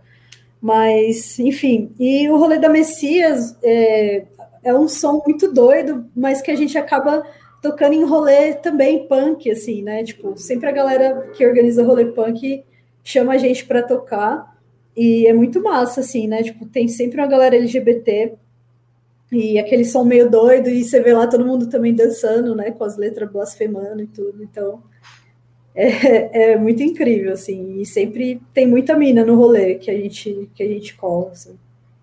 Mas, enfim, e o rolê da Messias é, é um som muito doido, mas que a gente acaba tocando em rolê também punk, assim, né? Tipo, sempre a galera que organiza rolê punk chama a gente para tocar, e é muito massa, assim, né? Tipo, tem sempre uma galera L G B T, e aquele som meio doido, e você vê lá todo mundo também dançando, né, com as letras blasfemando e tudo, então é, é muito incrível, assim, e sempre tem muita mina no rolê que a gente, que a gente cola, assim.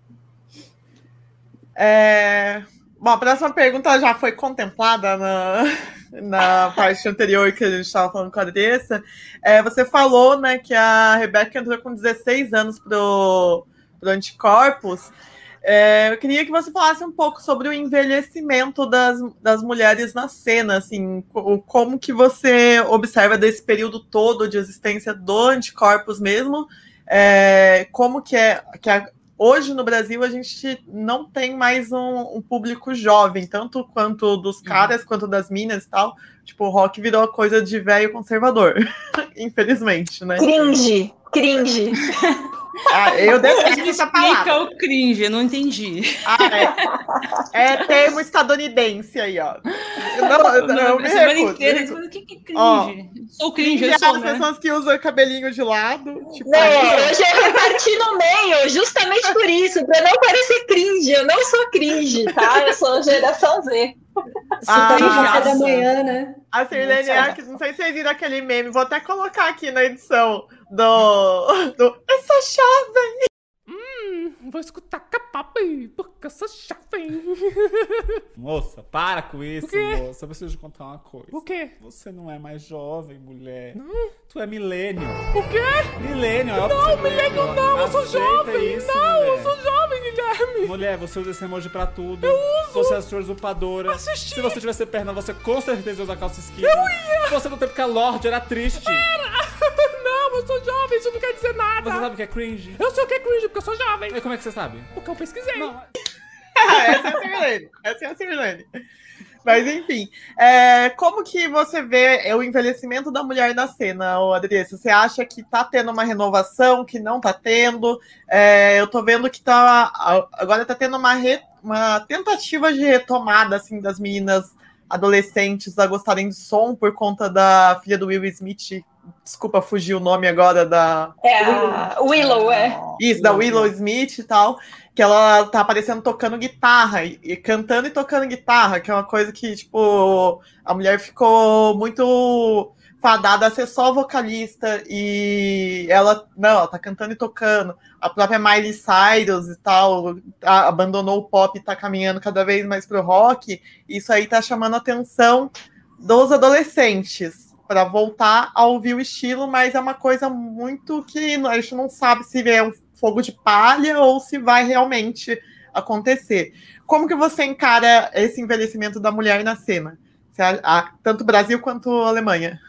É... Bom, a próxima pergunta já foi contemplada na, na parte anterior que a gente estava falando com a Andressa. É, você falou, né, que a Rebeca entrou com dezesseis anos pro, pro Anticorpos. É, eu queria que você falasse um pouco sobre o envelhecimento das, das mulheres na cena, assim, como que você observa desse período todo de existência do Anticorpos mesmo, é, como que é, que a, hoje no Brasil a gente não tem mais um, um público jovem, tanto quanto dos caras, uhum. quanto das minas e tal, tipo, o rock virou coisa de velho conservador, infelizmente, né? Cringe, cringe. Ah, eu detesto essa palavra. Explica o cringe, eu não entendi. Ah, é. É termo estadunidense aí, ó. Eu não, eu, não, eu me recuso. Inteira, o que, que é cringe? Ó, sou cringe, eu sou, as né? pessoas que usam cabelinho de lado. Tipo, não, hoje eu reparti no meio, justamente por isso, pra não parecer cringe. Eu não sou cringe, tá? Eu sou geração Z. Ah, café da manhã, né? A Sirlene, não sei se vocês viram aquele meme, vou até colocar aqui na edição do, do Eu sou jovem. Hum, vou escutar K-pop porque eu sou jovem. Moça, para com isso, moça. Eu preciso te contar uma coisa. O quê? Você não é mais jovem, mulher. Não. Tu é milênio. O quê? Milênio, é óbvio. Não, milênio não, eu sou jovem. Isso, não, mulher. eu sou jovem, Guilherme. Mulher, mulher, você usa esse emoji pra tudo. Eu uso. Você é a sua usurpadora. Assisti. Se você tivesse perna, você com certeza ia usar calça skinny. Eu ia. Você no tempo que a Lorde era triste. Era. Não, eu sou jovem, isso não quer dizer nada. Você sabe o que é cringe? Eu sei o que é cringe, porque eu sou jovem. E como é que você sabe? Porque eu pesquisei. Não. Essa é a Sirlene. Essa é a Sirlene. Mas, enfim, é, como que você vê o envelhecimento da mulher na cena, Adriana? Você acha que tá tendo uma renovação, que não tá tendo? É, eu tô vendo que tá, agora tá tendo uma, re, uma tentativa de retomada, assim, das meninas adolescentes a gostarem de som por conta da filha do Will Smith. Desculpa, fugiu o nome agora da... É a Willow, é. Isso, da Willow Smith e tal, que ela tá aparecendo tocando guitarra, e, e cantando e tocando guitarra, que é uma coisa que, tipo, a mulher ficou muito fadada a ser só vocalista, e ela, não, ela tá cantando e tocando. A própria Miley Cyrus e tal, a, abandonou o pop e tá caminhando cada vez mais pro rock, isso aí tá chamando a atenção dos adolescentes, para voltar a ouvir o estilo, mas é uma coisa muito que a gente não sabe se é um fogo de palha ou se vai realmente acontecer. Como que você encara esse envelhecimento da mulher na cena? Tanto Brasil quanto Alemanha.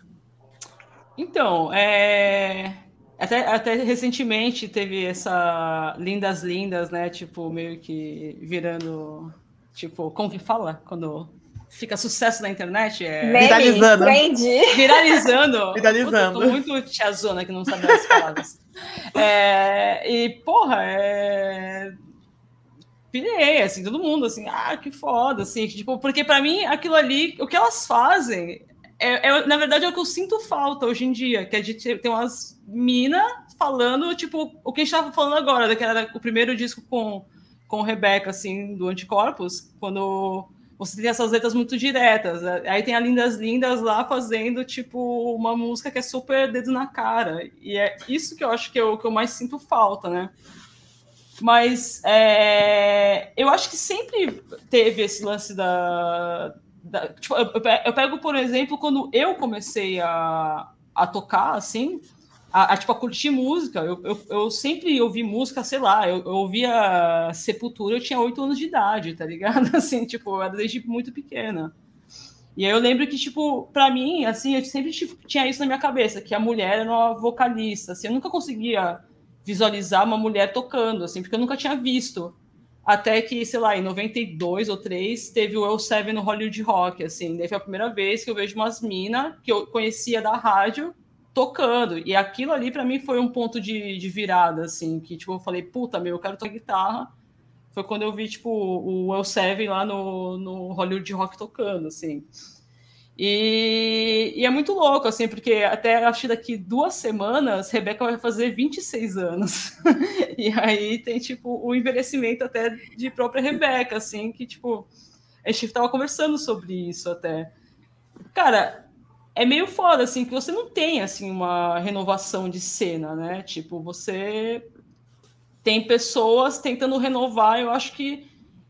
Então, é... até, até recentemente teve essa Lindas Lindas, né? Tipo, meio que virando... Tipo, como que fala? Quando... fica sucesso na internet, é... Meme, viralizando. Trend. Viralizando. Viralizando. Puta, eu tô muito tiazona que não sabe as palavras. É, e, porra, é... pirei, assim, todo mundo, assim, ah, que foda, assim, tipo, porque pra mim, aquilo ali, o que elas fazem, é, é, na verdade, é o que eu sinto falta hoje em dia, que é de ter umas minas falando, tipo, o que a gente tava falando agora, daquele era o primeiro disco com, com Rebeca, assim, do Anticorpos, quando... você tem essas letras muito diretas. Aí tem a Lindas Lindas lá fazendo, tipo, uma música que é super dedo na cara. E é isso que eu acho que eu, que eu mais sinto falta, né? Mas é, eu acho que sempre teve esse lance da... da tipo, eu, eu pego, por exemplo, quando eu comecei a, a tocar, assim... A, a, tipo, a curtir música, eu, eu, eu sempre ouvi música, sei lá, eu, eu ouvia Sepultura, eu tinha oito anos de idade, tá ligado? Assim, tipo, eu era desde muito pequena. E aí eu lembro que, tipo, pra mim, assim, eu sempre tipo, tinha isso na minha cabeça, que a mulher era uma vocalista, assim, eu nunca conseguia visualizar uma mulher tocando, assim, porque eu nunca tinha visto. Até que, sei lá, em noventa e dois ou três, teve o El Seven no Hollywood Rock, assim, daí foi a primeira vez que eu vejo umas minas que eu conhecia da rádio, tocando, e aquilo ali pra mim foi um ponto de, de virada, assim, que tipo, eu falei, puta, meu, eu quero tocar guitarra. Foi quando eu vi, tipo, o El Seven lá no, no Hollywood Rock tocando, assim. E, e é muito louco, assim, porque até acho que daqui duas semanas, Rebeca vai fazer vinte e seis anos. E aí tem, tipo, o envelhecimento até de própria Rebeca, assim, que, tipo, a gente tava conversando sobre isso até. Cara, é meio foda, assim, que você não tem, assim, uma renovação de cena, né? Tipo, você tem pessoas tentando renovar, eu acho que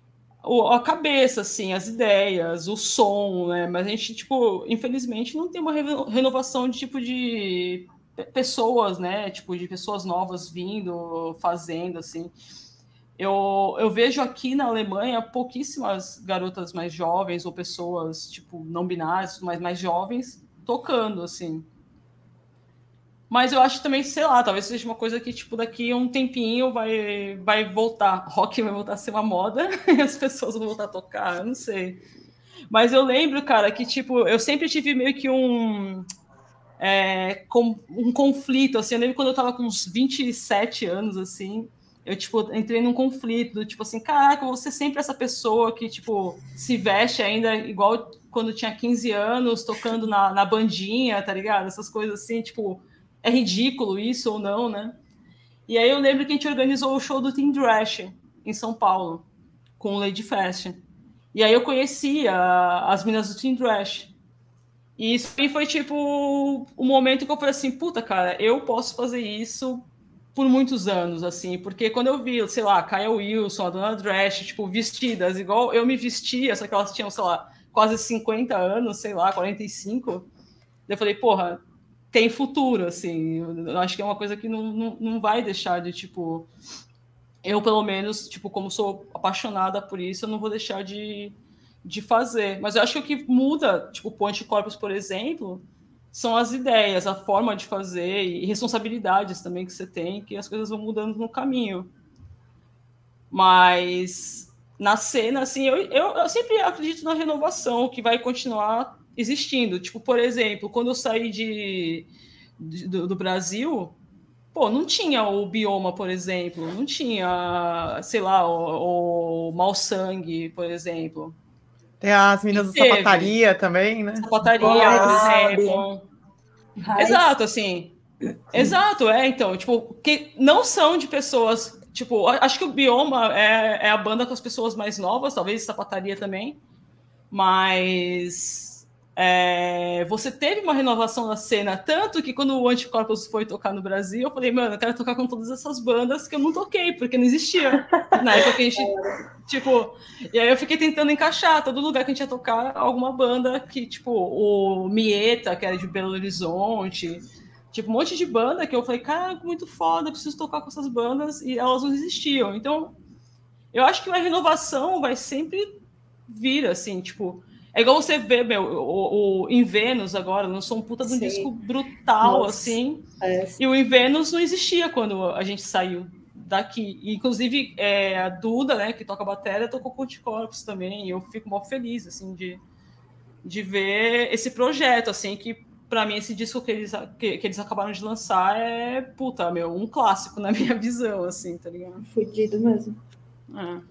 a cabeça, assim, as ideias, o som, né? Mas a gente, tipo, infelizmente não tem uma renovação de, tipo, de pessoas, né? Tipo, de pessoas novas vindo, fazendo, assim. Eu, eu vejo aqui na Alemanha pouquíssimas garotas mais jovens ou pessoas, tipo, não binárias, mas mais jovens, tocando, assim. Mas eu acho também, sei lá, talvez seja uma coisa que, tipo, daqui a um tempinho vai, vai voltar. Rock vai voltar a ser uma moda e as pessoas vão voltar a tocar, eu não sei. Mas eu lembro, cara, que, tipo, eu sempre tive meio que um... É, com, um conflito, assim. Eu lembro quando eu tava com uns vinte e sete anos, assim, eu, tipo, entrei num conflito, do, tipo assim, caraca, você sempre essa pessoa que, tipo, se veste ainda igual quando tinha quinze anos, tocando na, na bandinha, tá ligado? Essas coisas assim, tipo, é ridículo isso ou não, né? E aí eu lembro que a gente organizou o show do Team Trash em São Paulo, com o Lady Fest. E aí eu conheci a, as meninas do Team Trash. E isso aí foi, tipo, o momento que eu falei assim, puta, cara, eu posso fazer isso por muitos anos, assim, porque quando eu vi, sei lá, a Kaya Wilson, a Dona Trash, tipo, vestidas igual eu me vestia, só que elas tinham, sei lá, quase cinquenta anos, sei lá, quarenta e cinco. Eu falei, porra, tem futuro, assim. Eu acho que é uma coisa que não, não, não vai deixar de, tipo, eu, pelo menos, tipo, como sou apaixonada por isso, eu não vou deixar de, de fazer. Mas eu acho que o que muda, tipo, o Anticorpos, por exemplo, são as ideias, a forma de fazer e responsabilidades também que você tem, que as coisas vão mudando no caminho. Mas na cena, assim, eu, eu, eu sempre acredito na renovação, que vai continuar existindo. Tipo, por exemplo, quando eu saí de, de do, do Brasil, pô, não tinha o Bioma, por exemplo, não tinha, sei lá, o, o Mal Sangue, por exemplo. Tem as meninas do Sapataria também, né? Sapataria, por exemplo. Raiz. Exato, assim. Exato, é, então, tipo, que não são de pessoas, tipo, acho que o Bioma é, é a banda com as pessoas mais novas, talvez Sapataria também, mas é, você teve uma renovação na cena, tanto que quando o Anticorpos foi tocar no Brasil, eu falei, mano, eu quero tocar com todas essas bandas que eu não toquei, porque não existia. Na época que a gente, tipo, e aí eu fiquei tentando encaixar todo lugar que a gente ia tocar alguma banda que, tipo, o Mieta, que era de Belo Horizonte, tipo, um monte de banda que eu falei, cara, muito foda, preciso tocar com essas bandas, e elas não existiam. Então, eu acho que a renovação vai sempre vir, assim, tipo, é igual você vê, meu, o, o Em Vênus agora lançou um puta de um Sim. disco brutal, Nossa. assim, é. E o Em Vênus não existia quando a gente saiu daqui. E, inclusive, é, a Duda, né, que toca bateria, tocou com o Anticorpos também, e eu fico mó feliz, assim, de, de ver esse projeto, assim, que pra mim esse disco que eles, que, que eles acabaram de lançar é, puta, meu, um clássico na minha visão, assim, tá ligado? Fudido mesmo. É.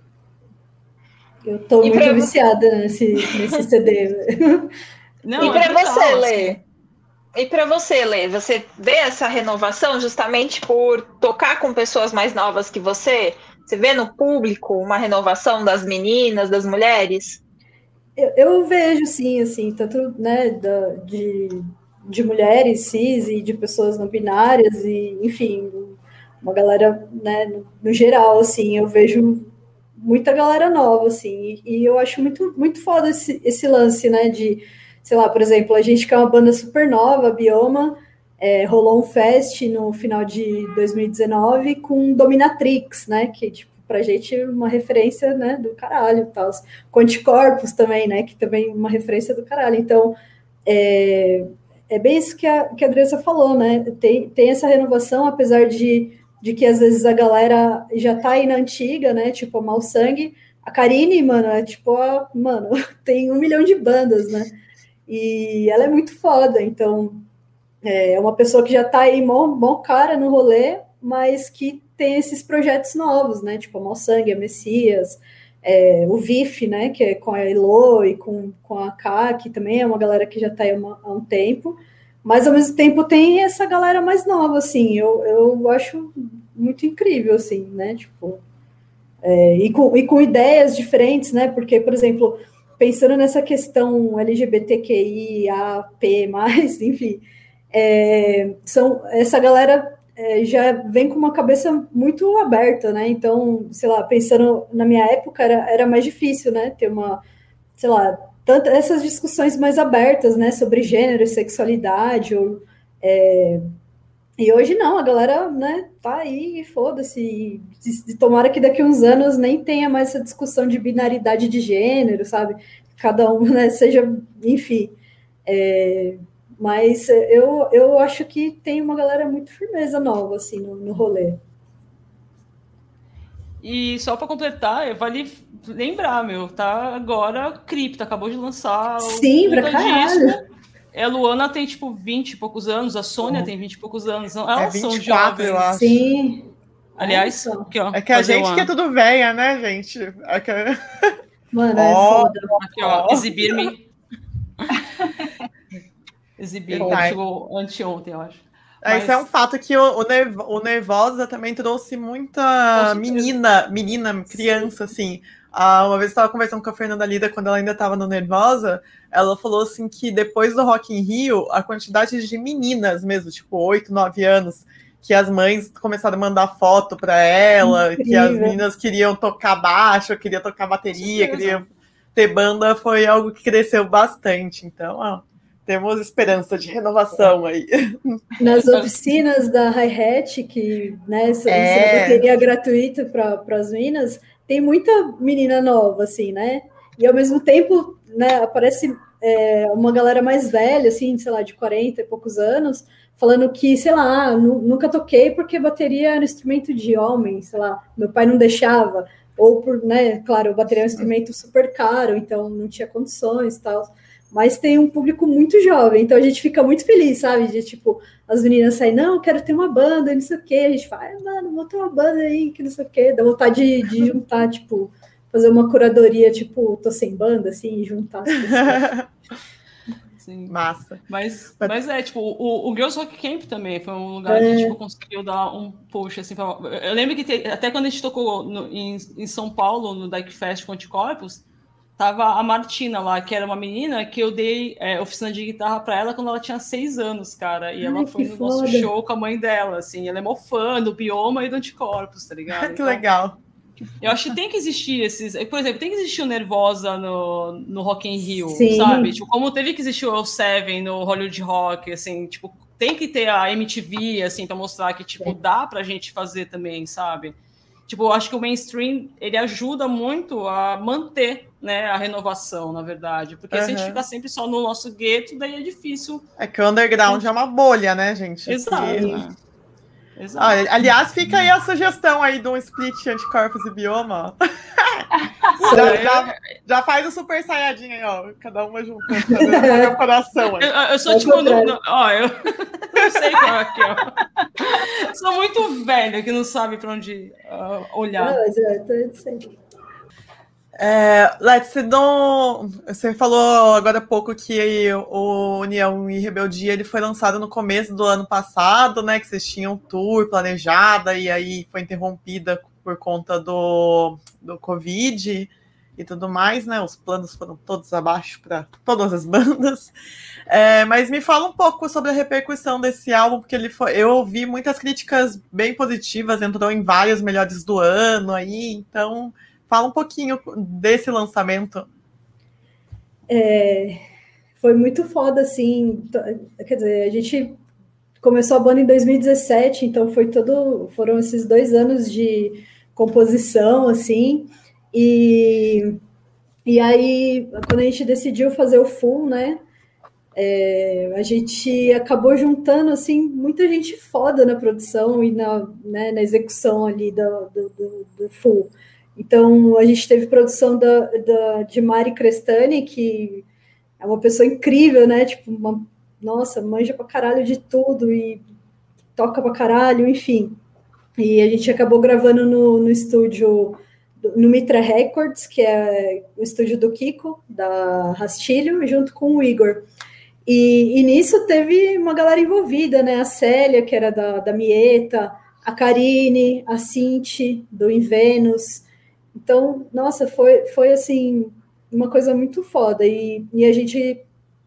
Eu tô e muito viciada nesse, nesse C D. Não, e para é você, Lê? E para você, Lê? Você vê essa renovação justamente por tocar com pessoas mais novas que você? Você vê no público uma renovação das meninas, das mulheres? Eu, eu vejo, sim, assim, tanto, né, da, de, de mulheres cis e de pessoas não binárias, e, enfim, uma galera, né, no, no geral, assim, eu vejo muita galera nova, assim, e, e eu acho muito, muito foda esse, esse lance, né, de, sei lá, por exemplo, a gente que é uma banda super nova, Bioma, é, rolou um fest no final de dois mil e dezenove com Dominatrix, né, que, tipo, pra gente uma referência, né, do caralho e tal, com Anticorpos também, né, que também uma referência do caralho, então, é, é bem isso que a, que a Andressa falou, né, tem, tem essa renovação, apesar de de que às vezes a galera já tá aí na antiga, né, tipo a Mal Sangue, a Karine, mano, é tipo, a, mano, tem um milhão de bandas, né, e ela é muito foda, então, é uma pessoa que já tá aí mó, mó cara no rolê, mas que tem esses projetos novos, né, tipo a Mal Sangue, a Messias, é, o V I F, né, que é com a Elo e com, com a K, que também é uma galera que já tá aí uma, há um tempo, mas, ao mesmo tempo, tem essa galera mais nova, assim, eu, eu acho muito incrível, assim, né, tipo, é, e, com, e com ideias diferentes, né, porque, por exemplo, pensando nessa questão L G B T Q I A P mais, enfim, é, são, essa galera é, já vem com uma cabeça muito aberta, né, então, sei lá, pensando na minha época, era, era mais difícil, né, ter uma, sei lá, tanto essas discussões mais abertas, né, sobre gênero e sexualidade, ou, é, e hoje não, a galera, né, tá aí, foda-se, e, e tomara que daqui a uns anos nem tenha mais essa discussão de binaridade de gênero, sabe, cada um, né, seja, enfim, é, mas eu, eu acho que tem uma galera muito firmeza nova, assim, no, no rolê. E só para completar, vale lembrar, meu, tá agora Cripta, acabou de lançar Sim, o pra caralho. disco. A Luana tem, tipo, vinte e poucos anos, a Sônia é. tem vinte e poucos anos. Elas é são vinte e quatro, jovens. eu acho. Sim. Aliás, aqui, ó. É que a gente uma... que é tudo velha, né, gente? É que... Mano, oh, é foda. Aqui, ó, exibir-me. Exibir-me. Chegou anteontem, eu acho. Mas... Esse é um fato que o, o, Nerv, o Nervosa também trouxe muita menina, menina, criança, assim. Ah, uma vez eu estava conversando com a Fernanda Lida, quando ela ainda estava no Nervosa, ela falou assim que depois do Rock in Rio, a quantidade de meninas mesmo, tipo oito, nove anos, que as mães começaram a mandar foto para ela, incrível. Que as meninas queriam tocar baixo, queriam tocar bateria, queriam ter banda, foi algo que cresceu bastante. Então, ó, temos esperança de renovação aí. Nas oficinas da Hi-Hat, que né, ensina É. bateria gratuita para as meninas, tem muita menina nova, assim, né? E ao mesmo tempo, né, aparece é, uma galera mais velha, assim, sei lá, de quarenta e poucos anos, falando que, sei lá, nu- nunca toquei porque bateria era um instrumento de homem, sei lá, meu pai não deixava, ou por, né, claro, bateria é um instrumento super caro, então não tinha condições e tal, mas tem um público muito jovem, então a gente fica muito feliz, sabe, de, tipo, as meninas saem, não, eu quero ter uma banda, não sei o quê, a gente fala, ah, mano, vou ter uma banda aí, que não sei o quê, dá vontade de, de juntar, tipo, fazer uma curadoria, tipo, tô sem banda, assim, e juntar as pessoas. Sim. Massa. Mas, mas é, tipo, o, o Girls Rock Camp também foi um lugar É. que, tipo, conseguiu dar um push, assim, pra... Eu lembro que te- até quando a gente tocou no- em, em São Paulo, no Dyke Fest com Anticorpos, tava a Martina lá, que era uma menina que eu dei é, oficina de guitarra pra ela quando ela tinha seis anos, cara, e ela Ai, foi que no nosso foda. show com a mãe dela, assim, ela é mó fã do Bioma e do Anticorpos, tá ligado? Que Então, legal. eu acho que tem que existir esses. Por exemplo, tem que existir o Nervosa no, no Rock in Rio, Sim. sabe? Tipo, como teve que existir o Seven no Hollywood Rock, assim, tipo, tem que ter a M T V, assim, pra mostrar que, tipo, dá pra gente fazer também, sabe? Tipo, eu acho que o mainstream, ele ajuda muito a manter, né, a renovação, na verdade. Porque se a gente Aham. ficar sempre só no nosso gueto, daí é difícil. É que o underground é uma bolha, né, gente? Exato, Que- né? Exato. Ah, aliás, fica aí a sugestão aí de um split anticorpos e bioma. ó. já, já, já faz o super saiyajin aí, ó. Cada uma juntando, fazendo meu coração aí. Eu, eu sou Ao tipo. No, contrário. no- ó, eu não sei qual é aqui, ó. Sou muito velha que não sabe pra onde ah, olhar. Não, mas é, tô sempre. É, Let's, você, não, você falou agora há pouco que o União e Rebeldia ele foi lançado no começo do ano passado, né? Que vocês tinham um tour planejada e aí foi interrompida por conta do, do Covid e tudo mais, né? Os planos foram todos abaixo para todas as bandas. É, mas me fala um pouco sobre a repercussão desse álbum, porque ele foi, eu ouvi muitas críticas bem positivas, entrou em vários melhores do ano aí, então fala um pouquinho desse lançamento. É, foi muito foda, assim. t- Quer dizer, a gente começou a banda em dois mil e dezessete, então foi todo, foram esses dois anos de composição, assim. E, e aí, quando a gente decidiu fazer o full, né? é, a gente acabou juntando, assim, muita gente foda na produção e na, né, na execução ali do, do, do, do full. Então, a gente teve produção da, da, de Mari Crestani, que é uma pessoa incrível, né? Tipo, uma, nossa, manja pra caralho de tudo e toca pra caralho, enfim. E a gente acabou gravando no, no estúdio, no Mitra Records, que é o estúdio do Kiko, da Rastilho, junto com o Igor. E, e nisso teve uma galera envolvida, né? A Célia, que era da, da Mieta, a Karine, a Cinti, do Invenus. Então, nossa, foi, foi assim, uma coisa muito foda. E, e a gente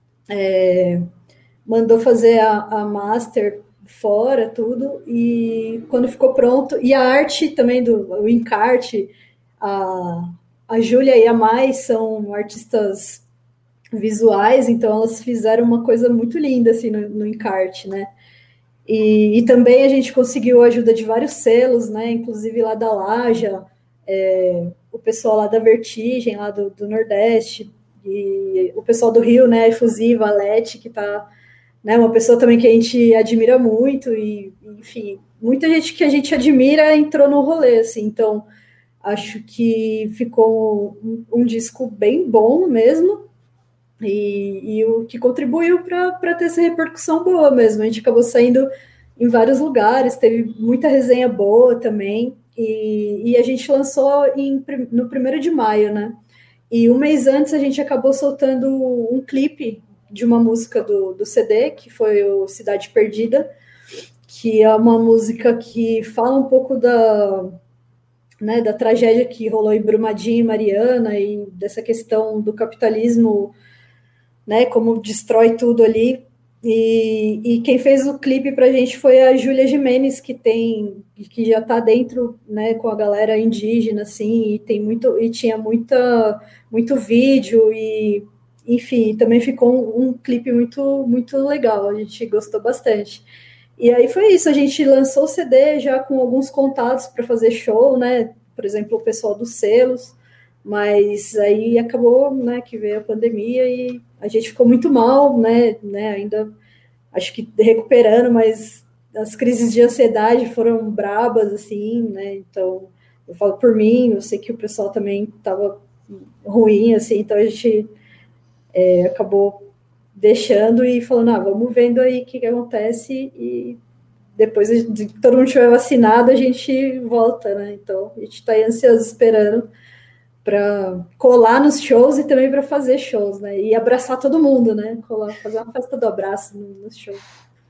é, mandou fazer a, a master fora, tudo, e quando ficou pronto, e a arte também, do o encarte, a, a Júlia e a Mai são artistas visuais, então elas fizeram uma coisa muito linda, assim, no, no encarte, né? E, e também a gente conseguiu a ajuda de vários selos, né? Inclusive lá da Laja, é, o pessoal lá da Vertigem, lá do, do Nordeste, e o pessoal do Rio, né? A Efusiva, a Leti, que tá, né? Uma pessoa também que a gente admira muito, e, enfim, muita gente que a gente admira entrou no rolê, assim, então acho que ficou um, um disco bem bom mesmo. E, e o que contribuiu para ter essa repercussão boa mesmo. A gente acabou saindo em vários lugares, teve muita resenha boa também, e, e a gente lançou em, no primeiro de maio, né? E um mês antes a gente acabou soltando um clipe de uma música do, do C D, que foi o Cidade Perdida, que é uma música que fala um pouco da, né, da tragédia que rolou em Brumadinho e Mariana, e dessa questão do capitalismo, né, como destrói tudo ali, e, e quem fez o clipe pra gente foi a Júlia Jimenez, que tem, que já tá dentro, né, com a galera indígena, assim, e tem muito, e tinha muita, muito vídeo, e, enfim, também ficou um, um clipe muito, muito legal, a gente gostou bastante. E aí foi isso, a gente lançou o C D já com alguns contatos para fazer show, né? Por exemplo, o pessoal dos selos, mas aí acabou, né, que veio a pandemia e a gente ficou muito mal, né, né, ainda acho que recuperando, mas as crises de ansiedade foram brabas, assim, né, então eu falo por mim, eu sei que o pessoal também estava ruim, assim, então a gente é, acabou deixando e falando, ah, vamos vendo aí o que, que acontece e depois de todo mundo estiver vacinado, a gente volta, né? Então, a gente está aí ansioso esperando para colar nos shows e também para fazer shows, né? E abraçar todo mundo, né? Colar, fazer uma festa do abraço nos shows.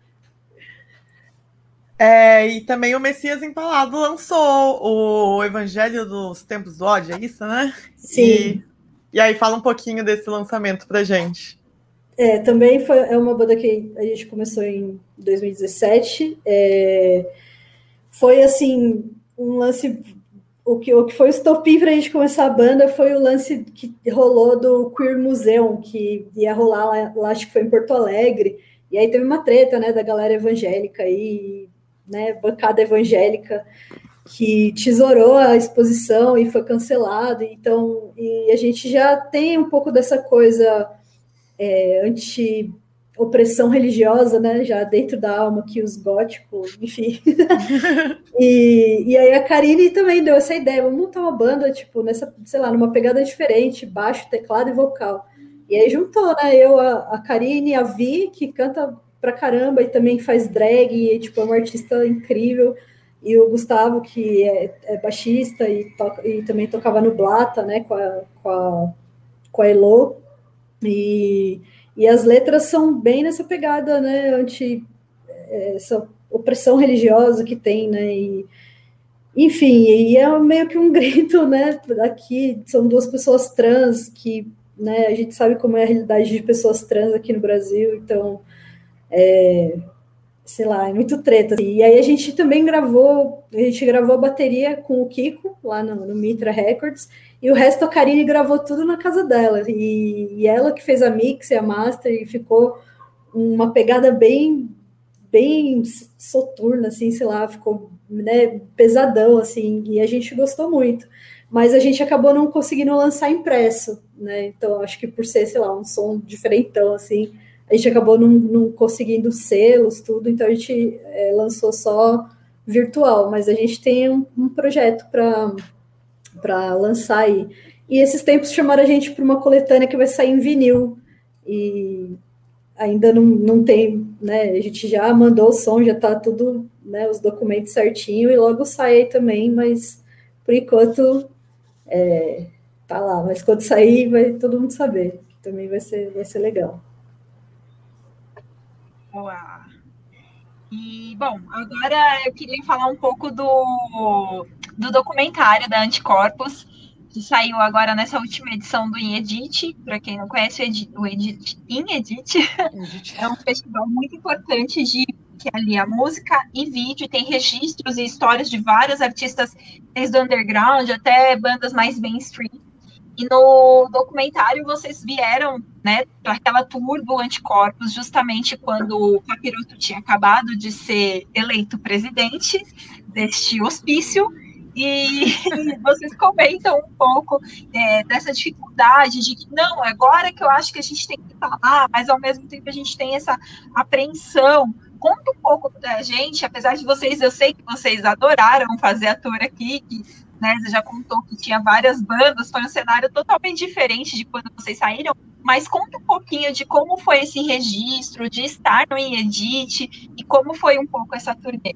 É, e também o Messias Empalado lançou o Evangelho dos Tempos do Ódio, é isso, né? Sim. E, e aí fala um pouquinho desse lançamento pra gente. É, também foi, é uma banda que a gente começou em dois mil e dezessete. É, foi, assim, um lance... O que, o que foi o estopim para a gente começar a banda foi o lance que rolou do Queer Museum, que ia rolar lá, lá, acho que foi em Porto Alegre. E aí teve uma treta, né, da galera evangélica aí, né, bancada evangélica, que tesourou a exposição e foi cancelado. Então, e a gente já tem um pouco dessa coisa... É, anti-opressão religiosa, né, já dentro da alma que os góticos, enfim. e, e aí a Karine também deu essa ideia, vamos montar uma banda, tipo, nessa, sei lá, numa pegada diferente, baixo, teclado e vocal. E aí juntou, né, eu, a, a Karine, a Vi, que canta pra caramba e também faz drag, e tipo, é uma artista incrível, e o Gustavo, que é, é baixista e, toca, e também tocava no Blata, né, com a, com a, com a Elo. E, e as letras são bem nessa pegada, né, anti essa opressão religiosa que tem, né, e, enfim, e é meio que um grito, né, aqui são duas pessoas trans que, né, a gente sabe como é a realidade de pessoas trans aqui no Brasil, então, é, sei lá, é muito treta. E aí a gente também gravou, a gente gravou a bateria com o Kiko, lá no, no Mitra Records, e o resto a Karine gravou tudo na casa dela, e, e ela que fez a mix e a master, e ficou uma pegada bem, bem soturna, assim, sei lá, ficou, né, pesadão, assim, e a gente gostou muito. Mas a gente acabou não conseguindo lançar impresso, né, então acho que por ser, sei lá, um som diferentão, assim, a gente acabou não, não conseguindo selos, tudo, então a gente é, lançou só virtual, mas a gente tem um, um projeto para para lançar aí. E esses tempos chamaram a gente para uma coletânea que vai sair em vinil, e ainda não, não tem, né, a gente já mandou o som, já está tudo, né, os documentos certinho, e logo sai aí também, mas por enquanto é, tá lá, mas quando sair vai todo mundo saber, que também vai ser, vai ser legal. Boa. E, bom, agora eu queria falar um pouco do, do documentário da Anticorpos, que saiu agora nessa última edição do Inedit. Para quem não conhece, o, Edi, o Edit, Inedit é um festival muito importante de que ali a música e vídeo tem registros e histórias de vários artistas, desde o underground até bandas mais mainstream. E no documentário vocês vieram, né, para aquela tour do Anticorpos, justamente quando o Capiroto tinha acabado de ser eleito presidente deste hospício, e vocês comentam um pouco é, dessa dificuldade de que, não, agora que eu acho que a gente tem que falar, mas ao mesmo tempo a gente tem essa apreensão. Conta um pouco da gente, apesar de vocês, eu sei que vocês adoraram fazer a tour aqui, que, né, você já contou que tinha várias bandas, foi um cenário totalmente diferente de quando vocês saíram, mas conta um pouquinho de como foi esse registro, de estar no Inedit, e como foi um pouco essa turnê.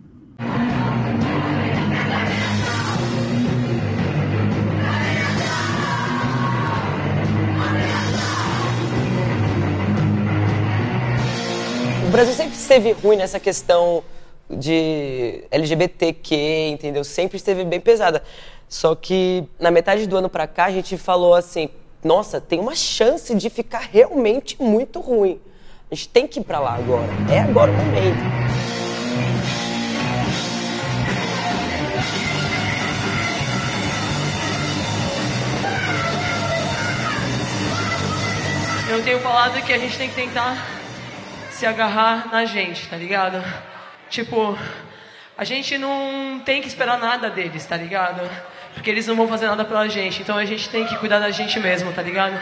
O Brasil sempre esteve ruim nessa questão de L G B T Q, entendeu? Sempre esteve bem pesada. Só que na metade do ano pra cá a gente falou assim, nossa, tem uma chance de ficar realmente muito ruim. A gente tem que ir pra lá agora. É agora o momento. eu tenho falado que a gente tem que tentar se agarrar na gente, tá ligado? Tipo, a gente não tem que esperar nada deles, tá ligado? Porque eles não vão fazer nada pela gente, então a gente tem que cuidar da gente mesmo, tá ligado?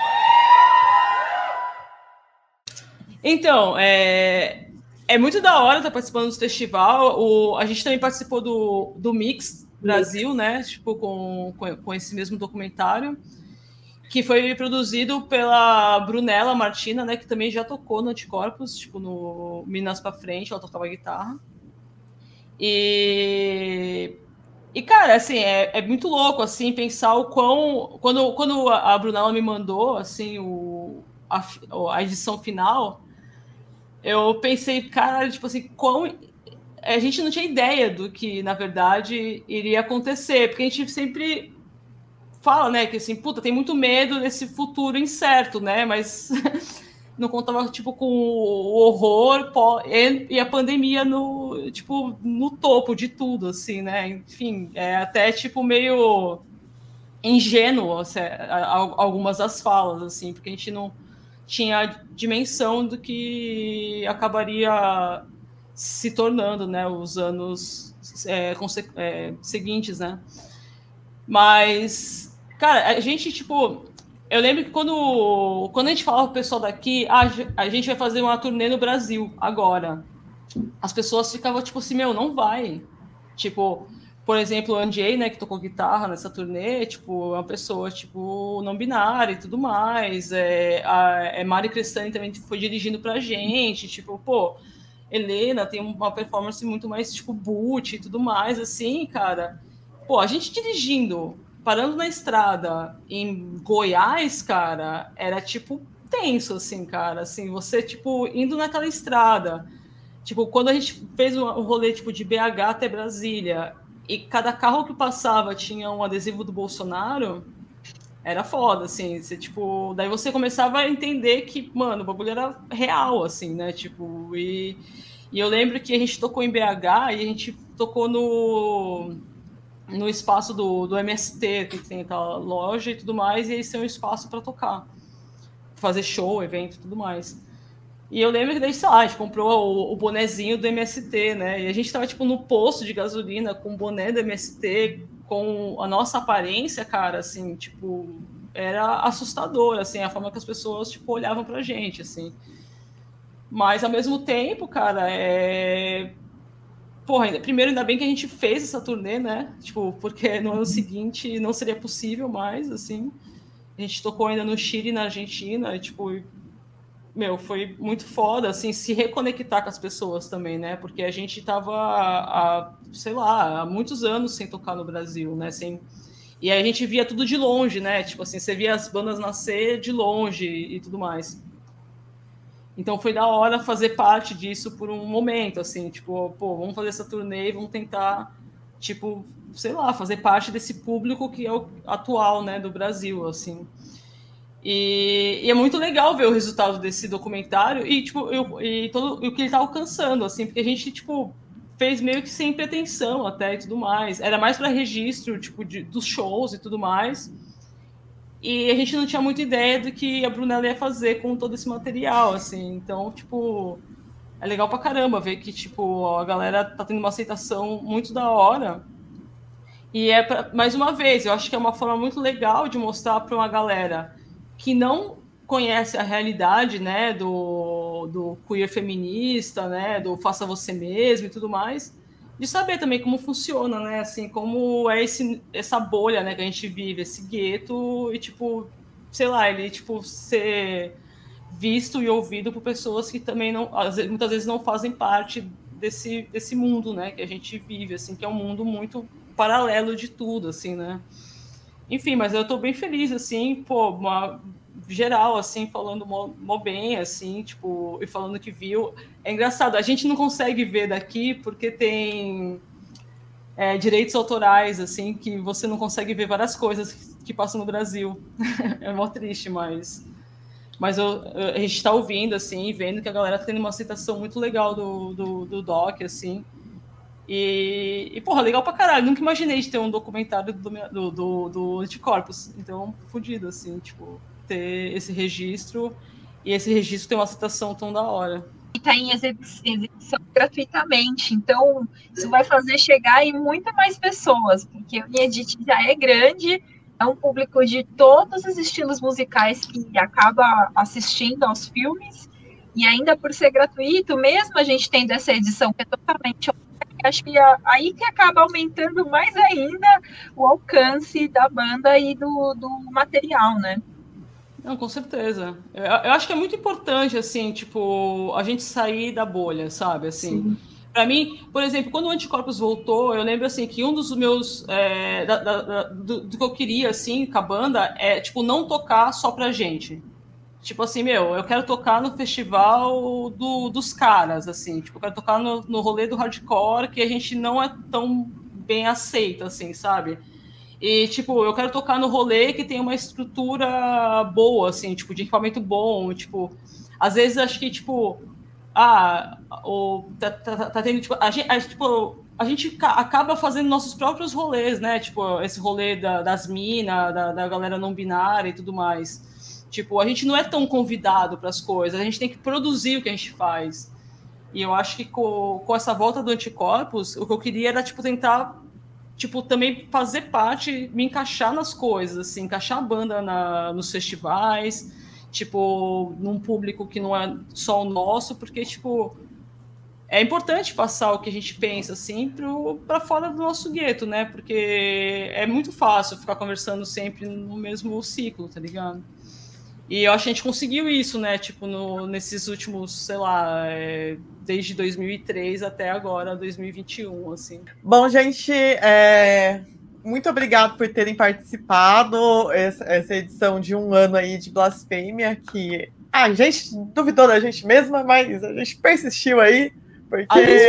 Então, é, é muito da hora estar participando do festival. O, a gente também participou do, do Mix Brasil, né? Tipo, com, com, com esse mesmo documentário, que foi produzido pela Brunella Martina, né? Que também já tocou no Anticorpos, tipo, no Minas pra Frente, ela tocava guitarra. E, e cara, assim, é, é muito louco, assim, pensar o quão... Quando, quando a Brunella me mandou, assim, o, a, a edição final, eu pensei, cara, tipo assim, quão... A gente não tinha ideia do que, na verdade, iria acontecer, porque a gente sempre fala, né, que assim, puta, tem muito medo desse futuro incerto, né, mas não contava, tipo, com o horror e a pandemia no, tipo, no topo de tudo, assim, né, enfim, é até, tipo, meio ingênuo, assim, algumas das falas, assim, porque a gente não tinha dimensão do que acabaria se tornando, né, os anos é, é, seguintes, né, mas, cara, a gente, tipo, eu lembro que quando, quando a gente falava pro pessoal daqui, ah, a gente vai fazer uma turnê no Brasil agora, as pessoas ficavam, tipo assim, meu, não vai, tipo, por exemplo, o Anjay, né, que tocou guitarra nessa turnê, tipo, é uma pessoa, tipo, não binária e tudo mais, é, a, a Mari Crestani também foi dirigindo pra gente, tipo, pô, Helena tem uma performance muito mais, tipo, boot e tudo mais, assim, cara. Pô, a gente dirigindo, parando na estrada em Goiás, cara, era, tipo, tenso, assim, cara. Assim, você, tipo, indo naquela estrada. Tipo, quando a gente fez um rolê, tipo, de B H até Brasília, e cada carro que passava tinha um adesivo do Bolsonaro, era foda, assim. Você, tipo, daí você começava a entender que, mano, o bagulho era real, assim, né? Tipo, e, e eu lembro que a gente tocou em B H e a gente tocou no, no espaço do, do M S T, que tem aquela loja e tudo mais, e eles têm um espaço para tocar, fazer show, evento e tudo mais. E eu lembro que daí, sei lá, a gente comprou o, o bonezinho do M S T, né? E a gente tava, tipo, no posto de gasolina com o boné do M S T, com a nossa aparência, cara, assim, tipo, era assustador, assim, a forma que as pessoas, tipo, olhavam pra gente, assim. Mas, ao mesmo tempo, cara, é... Porra, ainda, primeiro, ainda bem que a gente fez essa turnê, né? Tipo, porque no ano seguinte não seria possível mais, assim. A gente tocou ainda no Chile e na Argentina, e, tipo... Meu, foi muito foda, assim, se reconectar com as pessoas também, né? Porque a gente tava, há, sei lá, há muitos anos sem tocar no Brasil, né? Sem... E aí a gente via tudo de longe, né? Tipo assim, você via as bandas nascer de longe e tudo mais. Então foi da hora fazer parte disso por um momento, assim, tipo, pô, vamos fazer essa turnê e vamos tentar, tipo, sei lá, fazer parte desse público que é o atual, né, do Brasil, assim. E, e é muito legal ver o resultado desse documentário e, tipo, eu, e todo, e o que ele tá alcançando, assim, porque a gente, tipo, fez meio que sem pretensão até e tudo mais. Era mais para registro, tipo, de, dos shows e tudo mais. E a gente não tinha muita ideia do que a Brunella ia fazer com todo esse material, assim. Então, tipo, é legal pra caramba ver que, tipo, a galera tá tendo uma aceitação muito da hora. E é, pra, mais uma vez, eu acho que é uma forma muito legal de mostrar para uma galera que não conhece a realidade, né, do, do queer feminista, né, do faça você mesmo e tudo mais, de saber também como funciona, né, assim, como é esse, essa bolha, né, que a gente vive, esse gueto, e, tipo, sei lá, ele, tipo, ser visto e ouvido por pessoas que também não, muitas vezes não fazem parte desse, desse mundo, né, que a gente vive, assim, que é um mundo muito paralelo de tudo, assim, né. Enfim, mas eu tô bem feliz, assim, pô, uma geral, assim, falando mó, mó bem, assim, tipo, e falando que viu. É engraçado, a gente não consegue ver daqui porque tem é, direitos autorais, assim, que você não consegue ver várias coisas que, que passam no Brasil. É mó triste, mas... Mas eu, a gente tá ouvindo, assim, vendo que a galera tá tendo uma aceitação muito legal do, do, do doc, assim. E, e, porra, legal pra caralho. Nunca imaginei de ter um documentário do, do, do, do Anticorpos. Então, fodido, assim, tipo... ter esse registro, e esse registro tem uma aceitação tão da hora. E está em exibição gratuitamente, então isso vai fazer chegar em muito mais pessoas, porque o Unedit já é grande, é um público de todos os estilos musicais que acaba assistindo aos filmes, e ainda por ser gratuito, mesmo a gente tendo essa edição que é totalmente online, acho que é aí que acaba aumentando mais ainda o alcance da banda e do, do material, né? Não, com certeza. Eu, eu acho que é muito importante, assim, tipo, a gente sair da bolha, sabe, assim. Para mim, por exemplo, quando o Anticorpos voltou, eu lembro, assim, que um dos meus, é, da, da, da, do, do que eu queria, assim, com a banda, é, tipo, não tocar só pra gente. Tipo assim, meu, eu quero tocar no festival do, dos caras, assim, tipo, eu quero tocar no, no rolê do hardcore, que a gente não é tão bem aceito, assim, sabe? E, tipo, eu quero tocar no rolê que tem uma estrutura boa, assim, tipo, de equipamento bom, tipo... Às vezes, acho que, tipo... Ah, o, tá, tá, tá tendo, tipo... A gente, a, tipo, a gente acaba fazendo nossos próprios rolês, né? Tipo, esse rolê da, das minas, da, da galera não binária e tudo mais. Tipo, a gente não é tão convidado para as coisas. A gente tem que produzir o que a gente faz. E eu acho que com, com essa volta do Anticorpos, o que eu queria era, tipo, tentar... tipo, também fazer parte, me encaixar nas coisas, assim, encaixar a banda na, nos festivais, tipo, num público que não é só o nosso, porque, tipo, é importante passar o que a gente pensa, assim, para fora do nosso gueto, né? Porque é muito fácil ficar conversando sempre no mesmo ciclo, tá ligado? E eu acho que a gente conseguiu isso, né? Tipo, no, nesses últimos, sei lá, é, desde dois mil e três até agora, dois mil e vinte e um, assim. Bom, gente, é, muito obrigado por terem participado essa, essa edição de um ano aí de Blasfêmia, que ah, a gente duvidou da gente mesma, mas a gente persistiu aí, porque...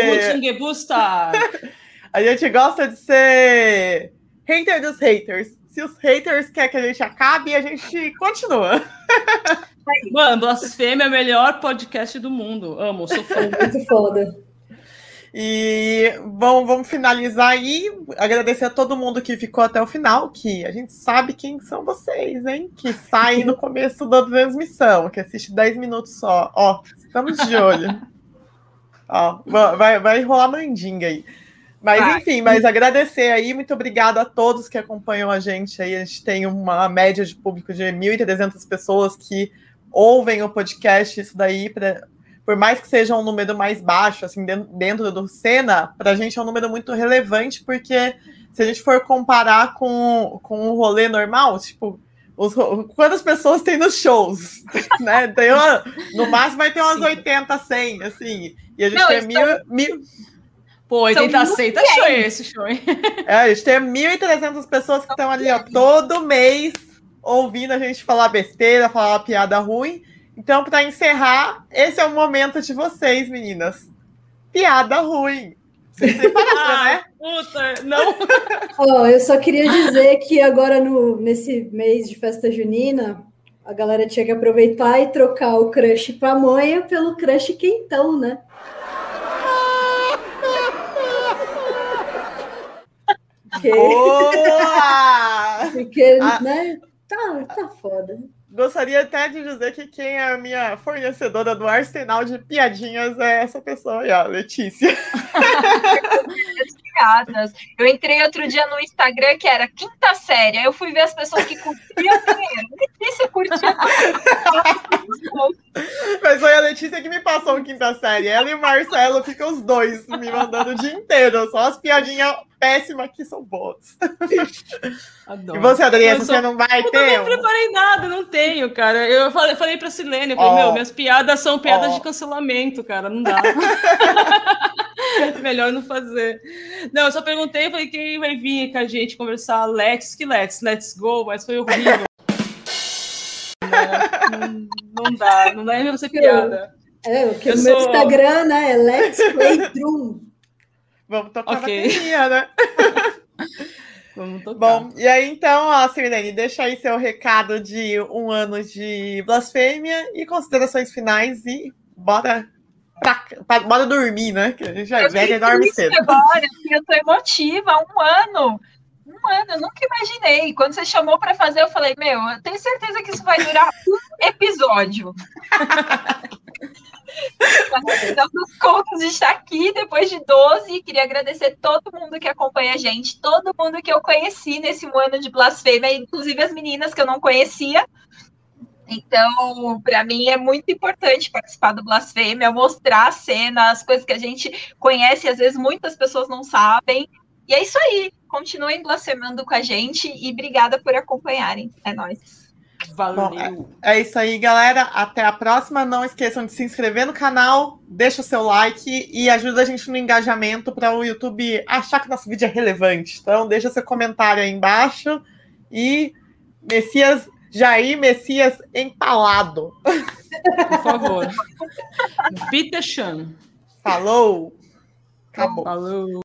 A gente gosta de ser hater dos haters. Se os haters querem que a gente acabe, a gente continua. Mano, Blasfêmia é o melhor podcast do mundo. Amo, sou fã. Muito foda. E bom, vamos finalizar aí. Agradecer a todo mundo que ficou até o final, que a gente sabe quem são vocês, hein? Que saem no começo da transmissão, que assiste dez minutos só. Ó, estamos de olho. Ó, vai, vai rolar mandinga aí. Mas, ah, enfim, mas agradecer aí, muito obrigada a todos que acompanham a gente aí. A gente tem uma média de público de mil e trezentas pessoas que ouvem o podcast. Isso daí, pra, por mais que seja um número mais baixo, assim, dentro, dentro do Cena, para a gente é um número muito relevante, porque se a gente for comparar com, com o rolê normal, tipo, os, quantas pessoas tem nos shows, né? Tem uma, no máximo vai ter umas Sim. oitenta, cem, assim, e a gente Não, tem mil... Tô... mil Pô, oitenta aceita show esse show, hein? É, a gente tem mil e trezentas pessoas que estão ali, ó, todo mês ouvindo a gente falar besteira, falar uma piada ruim. Então, para encerrar, esse é o momento de vocês, meninas. Piada ruim. Vocês prepararam, ah, né? Puta, não. Oh, eu só queria dizer que agora, no, nesse mês de festa junina, a galera tinha que aproveitar e trocar o crush pamonha pelo crush quentão, né? Porque, Boa! Porque ah, né? Tá, tá foda. Gostaria até de dizer que quem é a minha fornecedora do arsenal de piadinhas é essa pessoa aí, ó, Letícia. Piadas. Eu entrei outro dia no Instagram que era quinta série. Aí eu fui ver as pessoas que curtiam primeiro. Letícia curtia. Mas foi a Letícia que me passou o quinta série. Ela e o Marcelo ficam os dois me mandando o dia inteiro. Só as piadinhas péssimas que são boas. Adoro. E você, Adriana, você sou... não vai eu ter? Eu não preparei nada, não tenho, cara. Eu falei, falei pra Silene, eu falei, oh. meu, minhas piadas são piadas oh. de cancelamento, cara. Não dá. Melhor não fazer. Não, eu só perguntei, falei, quem vai vir com a gente conversar? Let's, que let's, let's go, mas foi horrível. não, não dá, não dá nem pra ser piada. É, o que no sou... meu Instagram, né, é Let's Play Drum. Vamos tocar okay. bateria, né? Vamos tocar. Bom, e aí então, ó, Sirlene, deixa aí seu recado de um ano de Blasfêmia e considerações finais e bora... Pra, pra, bora dormir, né? Que a gente já velha e dorme cedo. Agora, eu tô emotiva, um ano. Um um ano, eu nunca imaginei. Quando você chamou para fazer, eu falei, meu, eu tenho certeza que isso vai durar um episódio. Damos contas de estar aqui depois de doze. Queria agradecer todo mundo que acompanha a gente, todo mundo que eu conheci nesse um ano de Blasfêmia, inclusive as meninas que eu não conhecia. Então, para mim é muito importante participar do Blasfêmia, mostrar a cena, as coisas que a gente conhece, às vezes muitas pessoas não sabem. E é isso aí. Continuem blasfemando com a gente e obrigada por acompanharem. É nóis. Valeu. Bom, é, é isso aí, galera. Até a próxima. Não esqueçam de se inscrever no canal, deixa o seu like e ajuda a gente no engajamento para o YouTube achar que nosso vídeo é relevante. Então, deixa seu comentário aí embaixo. E Messias, Jair Messias empalado. Por favor. Peter Chan. Falou. Acabou. Falou.